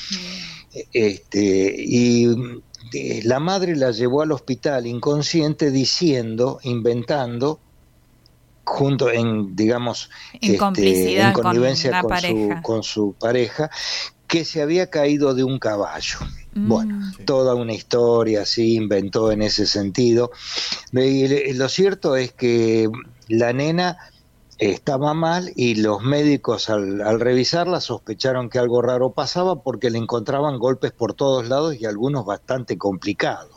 Y la madre la llevó al hospital inconsciente inventando, junto en complicidad, en connivencia con su pareja, que se había caído de un caballo. Bueno, toda una historia así inventó en ese sentido. Y lo cierto es que la nena estaba mal y los médicos al revisarla sospecharon que algo raro pasaba porque le encontraban golpes por todos lados y algunos bastante complicados.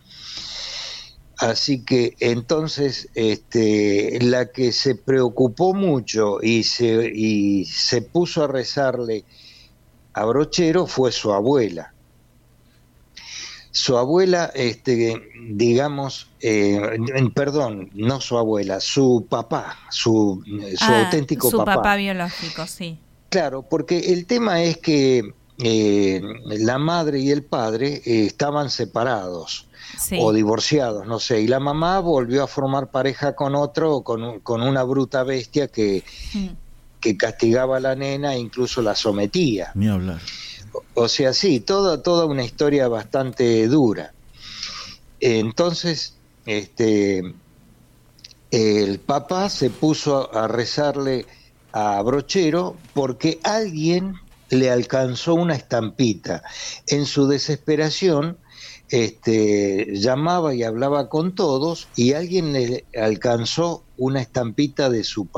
Así que entonces la que se preocupó mucho y se puso a rezarle a Brochero fue su abuela. Su abuela, perdón, no su abuela, su papá, su auténtico papá. Su papá biológico, sí. Claro, porque el tema es que la madre y el padre estaban separados. Sí. O divorciados, no sé, y la mamá volvió a formar pareja con otro, con una bruta bestia que castigaba a la nena e incluso la sometía. Ni hablar. O sea, sí, toda una historia bastante dura. Entonces, el papá se puso a rezarle a Brochero porque alguien le alcanzó una estampita. En su desesperación, llamaba y hablaba con todos y alguien le alcanzó una estampita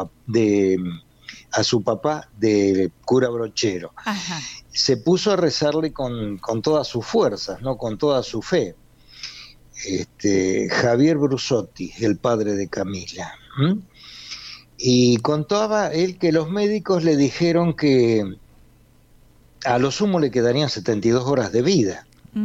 a su papá de cura Brochero. Ajá. Se puso a rezarle con todas sus fuerzas, ¿no? Con toda su fe. Javier Brusotti, el padre de Camila. Y contaba él que los médicos le dijeron que a lo sumo le quedarían 72 horas de vida.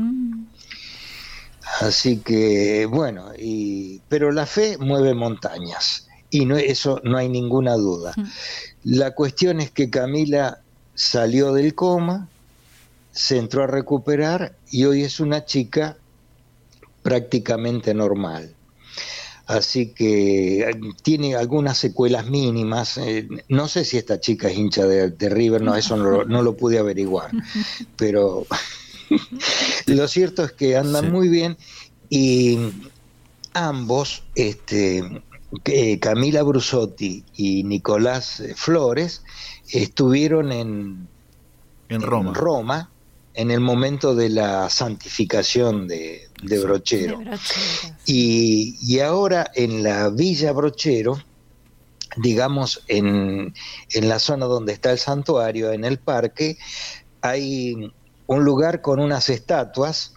Así que, bueno, pero la fe mueve montañas, y eso no hay ninguna duda. La cuestión es que Camila salió del coma, se entró a recuperar, y hoy es una chica prácticamente normal. Así que tiene algunas secuelas mínimas. No sé si esta chica es hincha de River, no, eso no lo pude averiguar, pero... Lo cierto es que andan muy bien y ambos, Camila Brusotti y Nicolás Flores, estuvieron en Roma en el momento de la santificación de Brochero. Y ahora en la Villa Brochero, digamos en la zona donde está el santuario, en el parque, hay un lugar con unas estatuas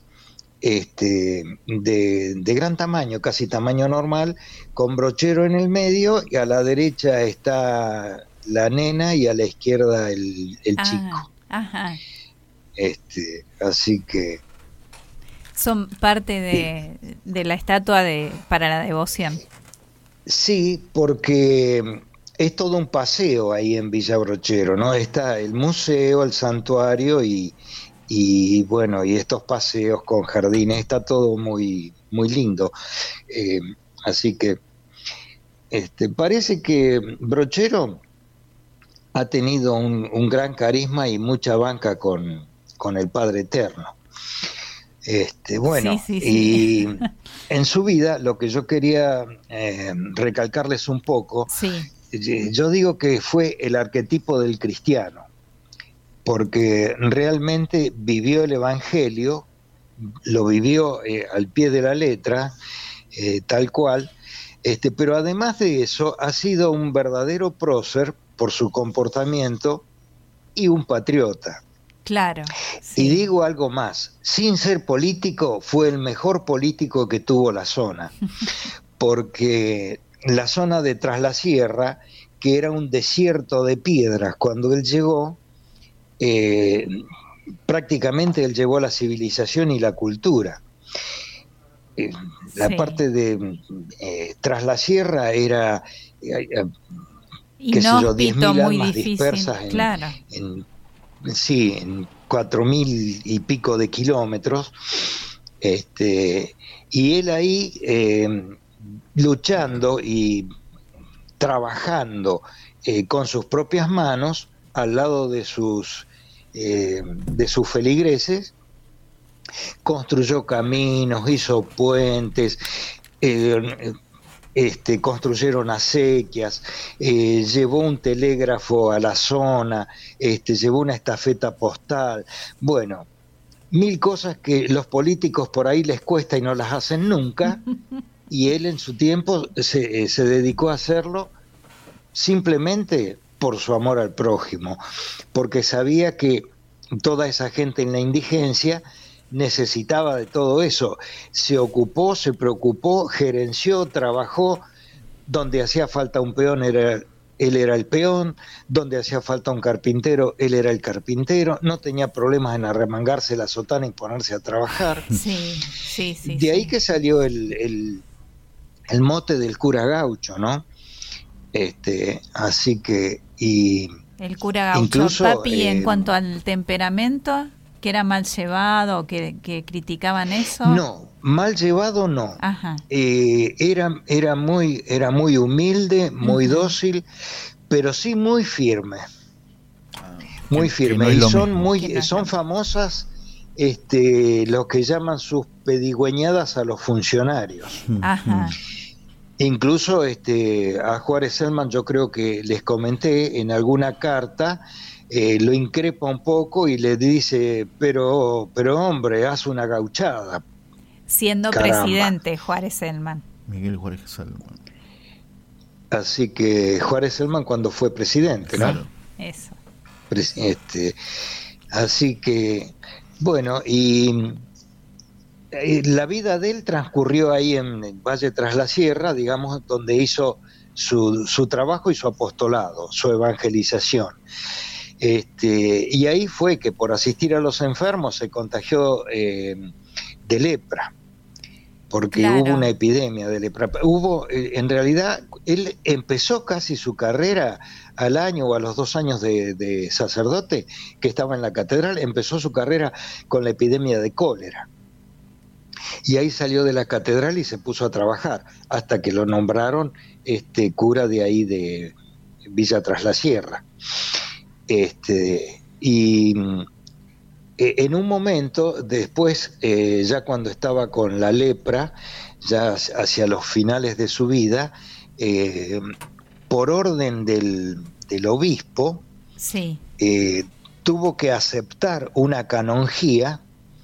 de gran tamaño, casi tamaño normal, con Brochero en el medio, y a la derecha está la nena y a la izquierda el chico. Ajá. Así que... Son parte de la estatua para la devoción. Sí, porque es todo un paseo ahí en Villa Brochero, ¿no? Está el museo, el santuario y bueno, y estos paseos con jardines, está todo muy, muy lindo. Así que parece que Brochero ha tenido un gran carisma y mucha banca con el Padre Eterno. Bueno, sí. en su vida, lo que yo quería recalcarles un poco, yo digo que fue el arquetipo del cristiano, porque realmente vivió el Evangelio, lo vivió al pie de la letra, tal cual, pero además de eso ha sido un verdadero prócer por su comportamiento y un patriota. Claro. Y digo algo más, sin ser político, fue el mejor político que tuvo la zona, porque la zona de Tras la Sierra, que era un desierto de piedras cuando él llegó, prácticamente él llevó la civilización y la cultura. La parte de Tras la Sierra era, qué sé yo, 10.000 almas dispersas en 4.000 y pico de kilómetros, y él ahí luchando y trabajando con sus propias manos al lado de sus feligreses, construyó caminos, hizo puentes, construyeron acequias, llevó un telégrafo a la zona, llevó una estafeta postal, bueno, 1000 cosas que los políticos por ahí les cuesta y no las hacen nunca, y él en su tiempo se dedicó a hacerlo simplemente por su amor al prójimo, porque sabía que toda esa gente en la indigencia necesitaba de todo eso. Se ocupó, se preocupó, gerenció, trabajó. Donde hacía falta un peón, él era el peón. Donde hacía falta un carpintero, él era el carpintero. No tenía problemas en arremangarse la sotana y ponerse a trabajar. De ahí que salió el mote del cura gaucho, ¿no? Así que... y el cura gaucho, incluso, papi, en cuanto al temperamento, que era mal llevado, que criticaban eso. No, mal llevado no. Ajá. Era muy humilde, muy dócil, pero sí muy firme. Muy firme. Y son famosas lo que llaman sus pedigüeñadas a los funcionarios. Ajá. Incluso a Juárez Selman, yo creo que les comenté en alguna carta, lo increpa un poco y le dice, pero hombre, haz una gauchada. Siendo presidente Juárez Selman. Miguel Juárez Selman. Así que Juárez Selman cuando fue presidente, ¿no? Claro. Eso. Así que, bueno, y la vida de él transcurrió ahí en Valle Tras la Sierra, digamos, donde hizo su trabajo y su apostolado, su evangelización. Y ahí fue que por asistir a los enfermos se contagió de lepra, porque hubo una epidemia de lepra. En realidad, él empezó casi su carrera al año o a los 2 años de sacerdote, que estaba en la catedral, empezó su carrera con la epidemia de cólera. Y ahí salió de la catedral y se puso a trabajar, hasta que lo nombraron cura de ahí de Villa Tras la Sierra. Y en un momento, después, ya cuando estaba con la lepra, ya hacia los finales de su vida, por orden del obispo, tuvo que aceptar una canonjía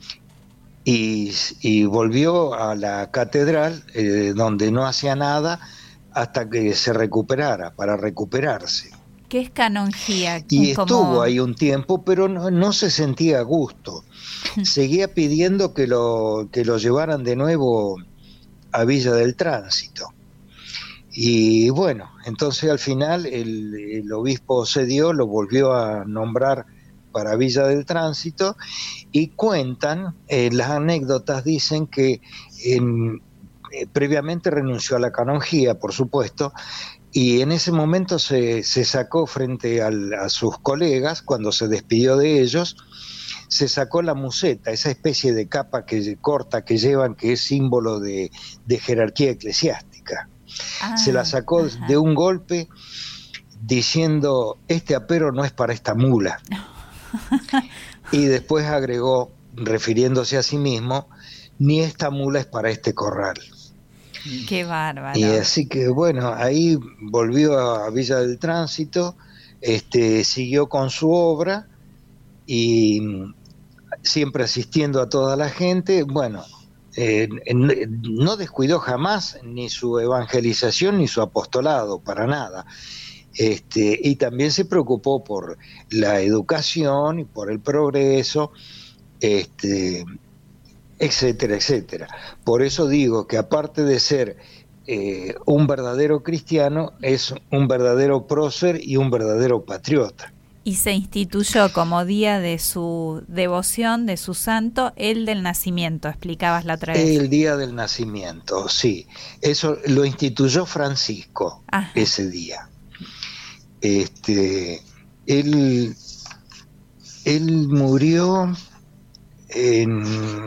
y volvió a la catedral, donde no hacía nada hasta que se recuperara, para recuperarse. ¿Qué es canonjía? Y estuvo ahí un tiempo, pero no se sentía a gusto. Seguía pidiendo que lo llevaran de nuevo a Villa del Tránsito. Y bueno, entonces al final el obispo cedió, lo volvió a nombrar para Villa del Tránsito, y cuentan, las anécdotas dicen que previamente renunció a la canonjía, por supuesto, y en ese momento se sacó frente a sus colegas, cuando se despidió de ellos, se sacó la museta, esa especie de capa corta que llevan, que es símbolo de jerarquía eclesiástica. Se la sacó de un golpe diciendo, este apero no es para esta mula. Y después agregó, refiriéndose a sí mismo, ni esta mula es para este corral. Qué bárbaro. Y así que bueno, ahí volvió a Villa del Tránsito, siguió con su obra y siempre asistiendo a toda la gente. Bueno, no descuidó jamás ni su evangelización ni su apostolado, para nada. Y también se preocupó por la educación y por el progreso, etcétera, etcétera. Por eso digo que aparte de ser un verdadero cristiano, es un verdadero prócer y un verdadero patriota. Y se instituyó como día de su devoción, de su santo, el del nacimiento, explicabas la otra vez. El día del nacimiento, sí. Eso lo instituyó Francisco. Ajá. Ese día. Él murió en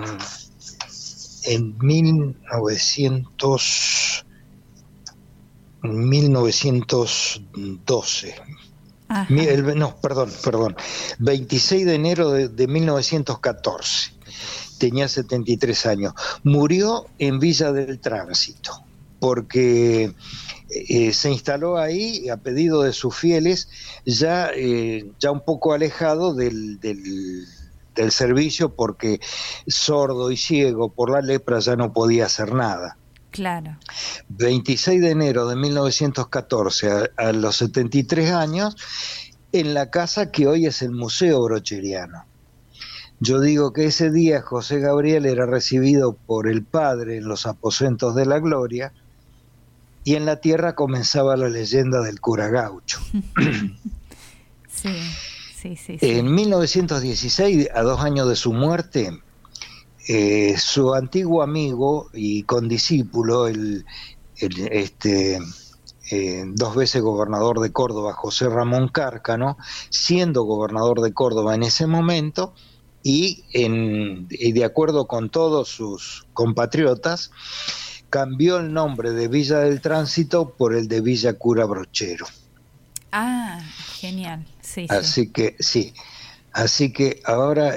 1912. No, perdón, 26 de enero de 1914. Tenía 73 años. Murió en Villa del Tránsito, porque se instaló ahí a pedido de sus fieles, ya un poco alejado del servicio, porque sordo y ciego por la lepra ya no podía hacer nada. Claro. 26 de enero de 1914, a los 73 años, en la casa que hoy es el Museo Brocheriano. Yo digo que ese día José Gabriel era recibido por el Padre en los aposentos de la gloria, y en la tierra comenzaba la leyenda del cura Gaucho. Sí. En 1916, a 2 años de su muerte, su antiguo amigo y condiscípulo, 2 veces gobernador de Córdoba, José Ramón Cárcano, siendo gobernador de Córdoba en ese momento, y de acuerdo con todos sus compatriotas, cambió el nombre de Villa del Tránsito por el de Villa Cura Brochero. Ah, genial. Sí, así que sí. Así que ahora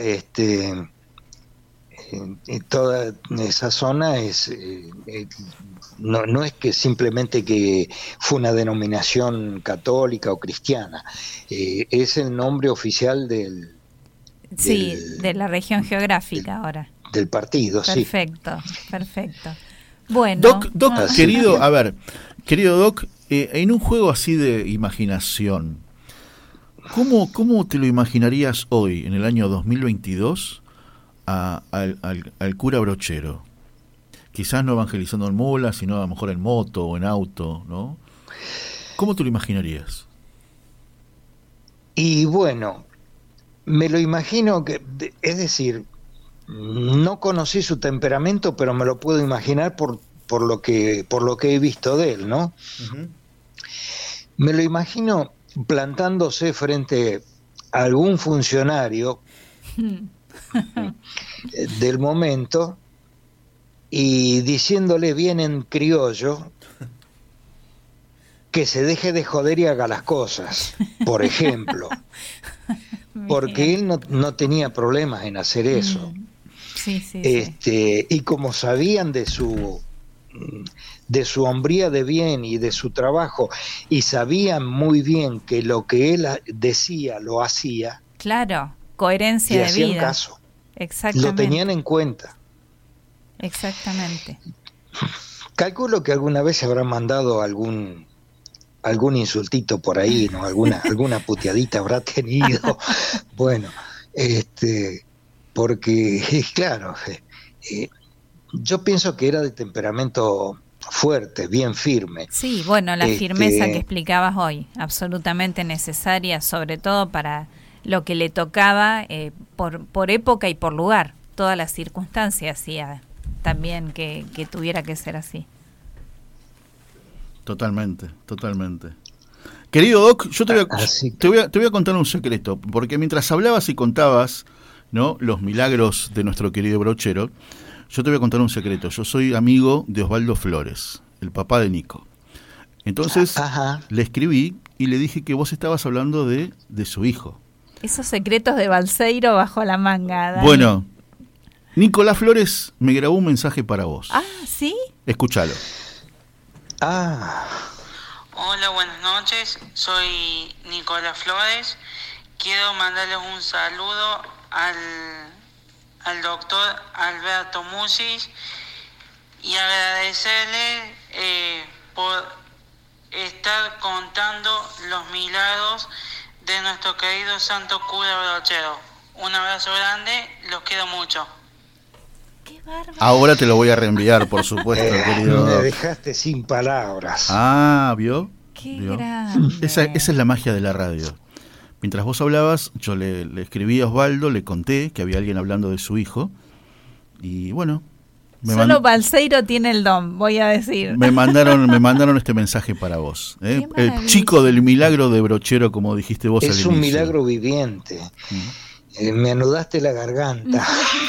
toda esa zona es no es que simplemente que fue una denominación católica o cristiana, es el nombre oficial de la región geográfica ahora. Del partido, perfecto. Bueno, Doc, querido Doc, en un juego así de imaginación, ¿cómo te lo imaginarías hoy, en el año 2022, al cura Brochero? Quizás no evangelizando en mula, sino a lo mejor en moto o en auto, ¿no? ¿Cómo te lo imaginarías? Y bueno, me lo imagino es decir, no conocí su temperamento, pero me lo puedo imaginar por lo que he visto de él, ¿no? Uh-huh. Me lo imagino plantándose frente a algún funcionario del momento y diciéndole bien en criollo que se deje de joder y haga las cosas, por ejemplo, porque él no tenía problemas en hacer eso. Sí. Y como sabían de su hombría de bien y de su trabajo, y sabían muy bien que lo que él decía lo hacía. Claro, coherencia de vida. Le hacían caso. Exactamente. Lo tenían en cuenta. Exactamente. Calculo que alguna vez se habrán mandado algún insultito por ahí, ¿no? Alguna puteadita habrá tenido. Bueno, porque, claro, yo pienso que era de temperamento fuerte, bien firme. Sí, bueno, la firmeza que explicabas hoy, absolutamente necesaria, sobre todo para lo que le tocaba por época y por lugar. Todas las circunstancias hacía también que tuviera que ser así. Totalmente. Querido Doc, yo te voy a contar un secreto, porque mientras hablabas y contabas, ¿no?, los milagros de nuestro querido Brochero, yo te voy a contar un secreto. Yo soy amigo de Osvaldo Flores, el papá de Nico. Entonces le escribí y le dije que vos estabas hablando de su hijo. Esos secretos de Balseiro bajo la manga, Dani. Bueno, Nicolás Flores me grabó un mensaje para vos. Ah, ¿sí? Escúchalo. Hola, buenas noches. Soy Nicolás Flores. Quiero mandarles un saludo al doctor Alberto Musis y agradecerle por estar contando los milagros de nuestro querido Santo Cura Brochero. Un abrazo grande, los quiero mucho. Qué bárbaro. Ahora te lo voy a reenviar, por supuesto, querido. Me dejaste sin palabras. Ah, ¿vio? Qué ¿Vio? grande. Esa es la magia de la radio. Mientras vos hablabas, yo le escribí a Osvaldo, le conté que había alguien hablando de su hijo. Y bueno, solo Balseiro tiene el don, voy a decir. me mandaron este mensaje para vos. El chico del milagro de Brochero, como dijiste vos al inicio. Es un milagro viviente. Me anudaste la garganta.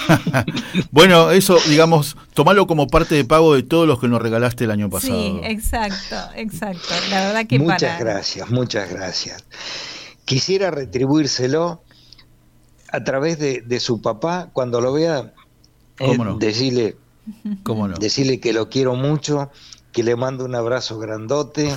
Bueno, eso, digamos, tomalo como parte de pago de todos los que nos regalaste el año pasado. Sí, exacto. La verdad que muchas gracias. Quisiera retribuírselo a través de su papá. Cuando lo vea, ¿Cómo no? decirle que lo quiero mucho, que le mando un abrazo grandote.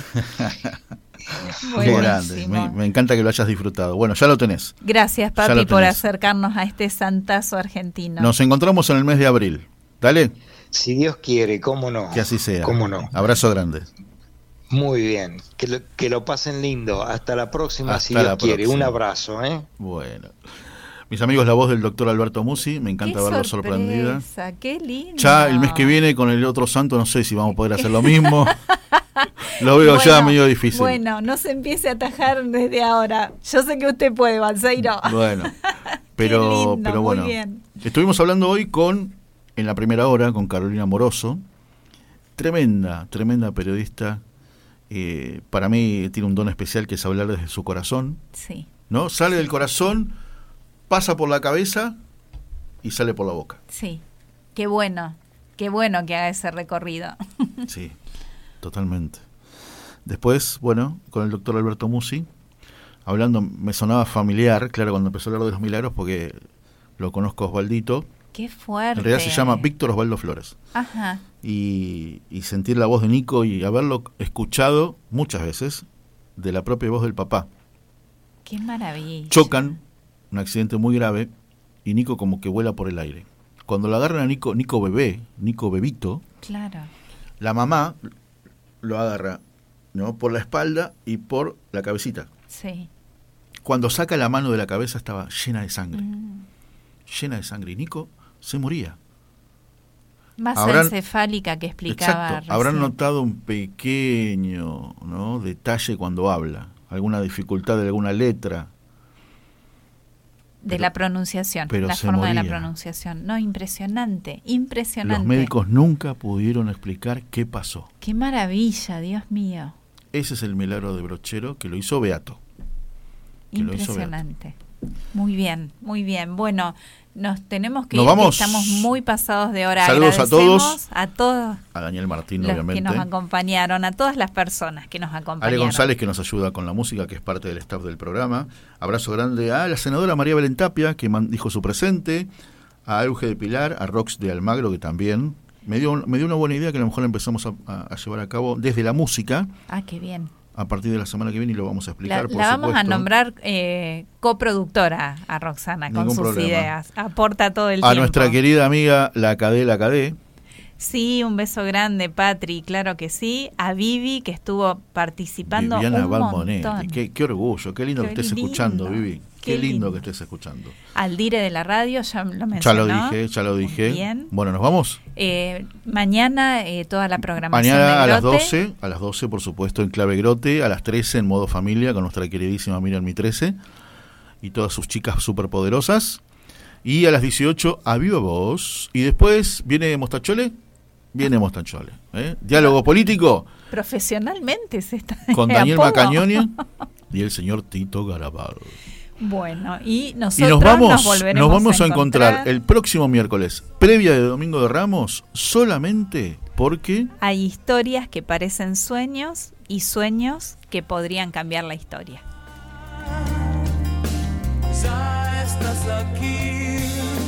Qué grande, me encanta que lo hayas disfrutado. Bueno, ya lo tenés. Gracias, papi, por acercarnos a este santazo argentino. Nos encontramos en el mes de abril. Dale. Si Dios quiere, cómo no. Que así sea. Cómo no. Abrazo grande. Muy bien, que lo pasen lindo. Hasta la próxima, si Dios quiere. Un abrazo. Bueno. Mis amigos, la voz del doctor Alberto Musi, me encanta verlo sorprendida. Qué lindo. Ya el mes que viene con el otro santo no sé si vamos a poder hacer lo mismo. Lo veo ya medio difícil. Bueno, no se empiece a atajar desde ahora. Yo sé que usted puede, Balseiro. Bueno, pero bueno. Muy bien. Estuvimos hablando hoy en la primera hora, con Carolina Moroso. Tremenda periodista. Para mí tiene un don especial que es hablar desde su corazón. Sí. ¿No? Sale del corazón, pasa por la cabeza y sale por la boca. Sí. Qué bueno que haga ese recorrido. Sí, totalmente. Después, bueno, con el doctor Alberto Musi, hablando, me sonaba familiar, claro, cuando empezó a hablar de los milagros, porque lo conozco a Osvaldito. Qué fuerte. En realidad se llama Víctor Osvaldo Flores. Ajá. Y sentir la voz de Nico y haberlo escuchado muchas veces de la propia voz del papá. Qué maravilla. Chocan, un accidente muy grave, y Nico como que vuela por el aire. Cuando lo agarran a Nico bebito, claro, la mamá lo agarra, ¿no?, por la espalda y por la cabecita. Sí. Cuando saca la mano de la cabeza estaba llena de sangre. Llena de sangre. Y Nico se moría. Masa encefálica que explicaba. Exacto. Habrán notado un pequeño, ¿no?, detalle cuando habla. Alguna dificultad de alguna letra. De la pronunciación, la forma de la pronunciación. No, impresionante. Los médicos nunca pudieron explicar qué pasó. Qué maravilla, Dios mío. Ese es el milagro de Brochero, que lo hizo Beato. Impresionante. Muy bien. Bueno, nos tenemos que ir, vamos. Estamos muy pasados de hora. Saludos a todos. A Daniel Martín, los obviamente. que nos acompañaron, a todas las personas que nos acompañaron. Ale González, que nos ayuda con la música, que es parte del staff del programa. Abrazo grande a la senadora María Belén Tapia, que dijo su presente. A Euge de Pilar, a Rox de Almagro, que también me dio una buena idea, que a lo mejor la empezamos a llevar a cabo desde la música. Ah, qué bien. A partir de la semana que viene, y lo vamos a explicar, la vamos a nombrar coproductora a Roxana. Ningún con sus problema. Ideas. Aporta todo el tiempo. A nuestra querida amiga La Cadé. Sí, un beso grande, Patri, claro que sí. A Vivi, que estuvo participando Viviana un Balmonetti. montón. Qué orgullo, qué lindo que estés escuchando, Vivi. Qué lindo que estés escuchando. Al dire de la radio, ya lo mencionó. Ya lo dije. Bien. Bueno, ¿nos vamos? Mañana toda la programación mañana de Grote. a las 12, por supuesto, en Clave Grote, a las 13 en modo familia con nuestra queridísima Miriam Mitrese y todas sus chicas superpoderosas. Y a las 18 a Viva Voz. Y después viene Mostachole. Diálogo político. Profesionalmente se está. Con Daniel Macagnoni y el señor Tito Garabal. Bueno, y nosotros nos vamos a encontrar el próximo miércoles, previa de Domingo de Ramos, solamente porque hay historias que parecen sueños y sueños que podrían cambiar la historia. Ya estás aquí.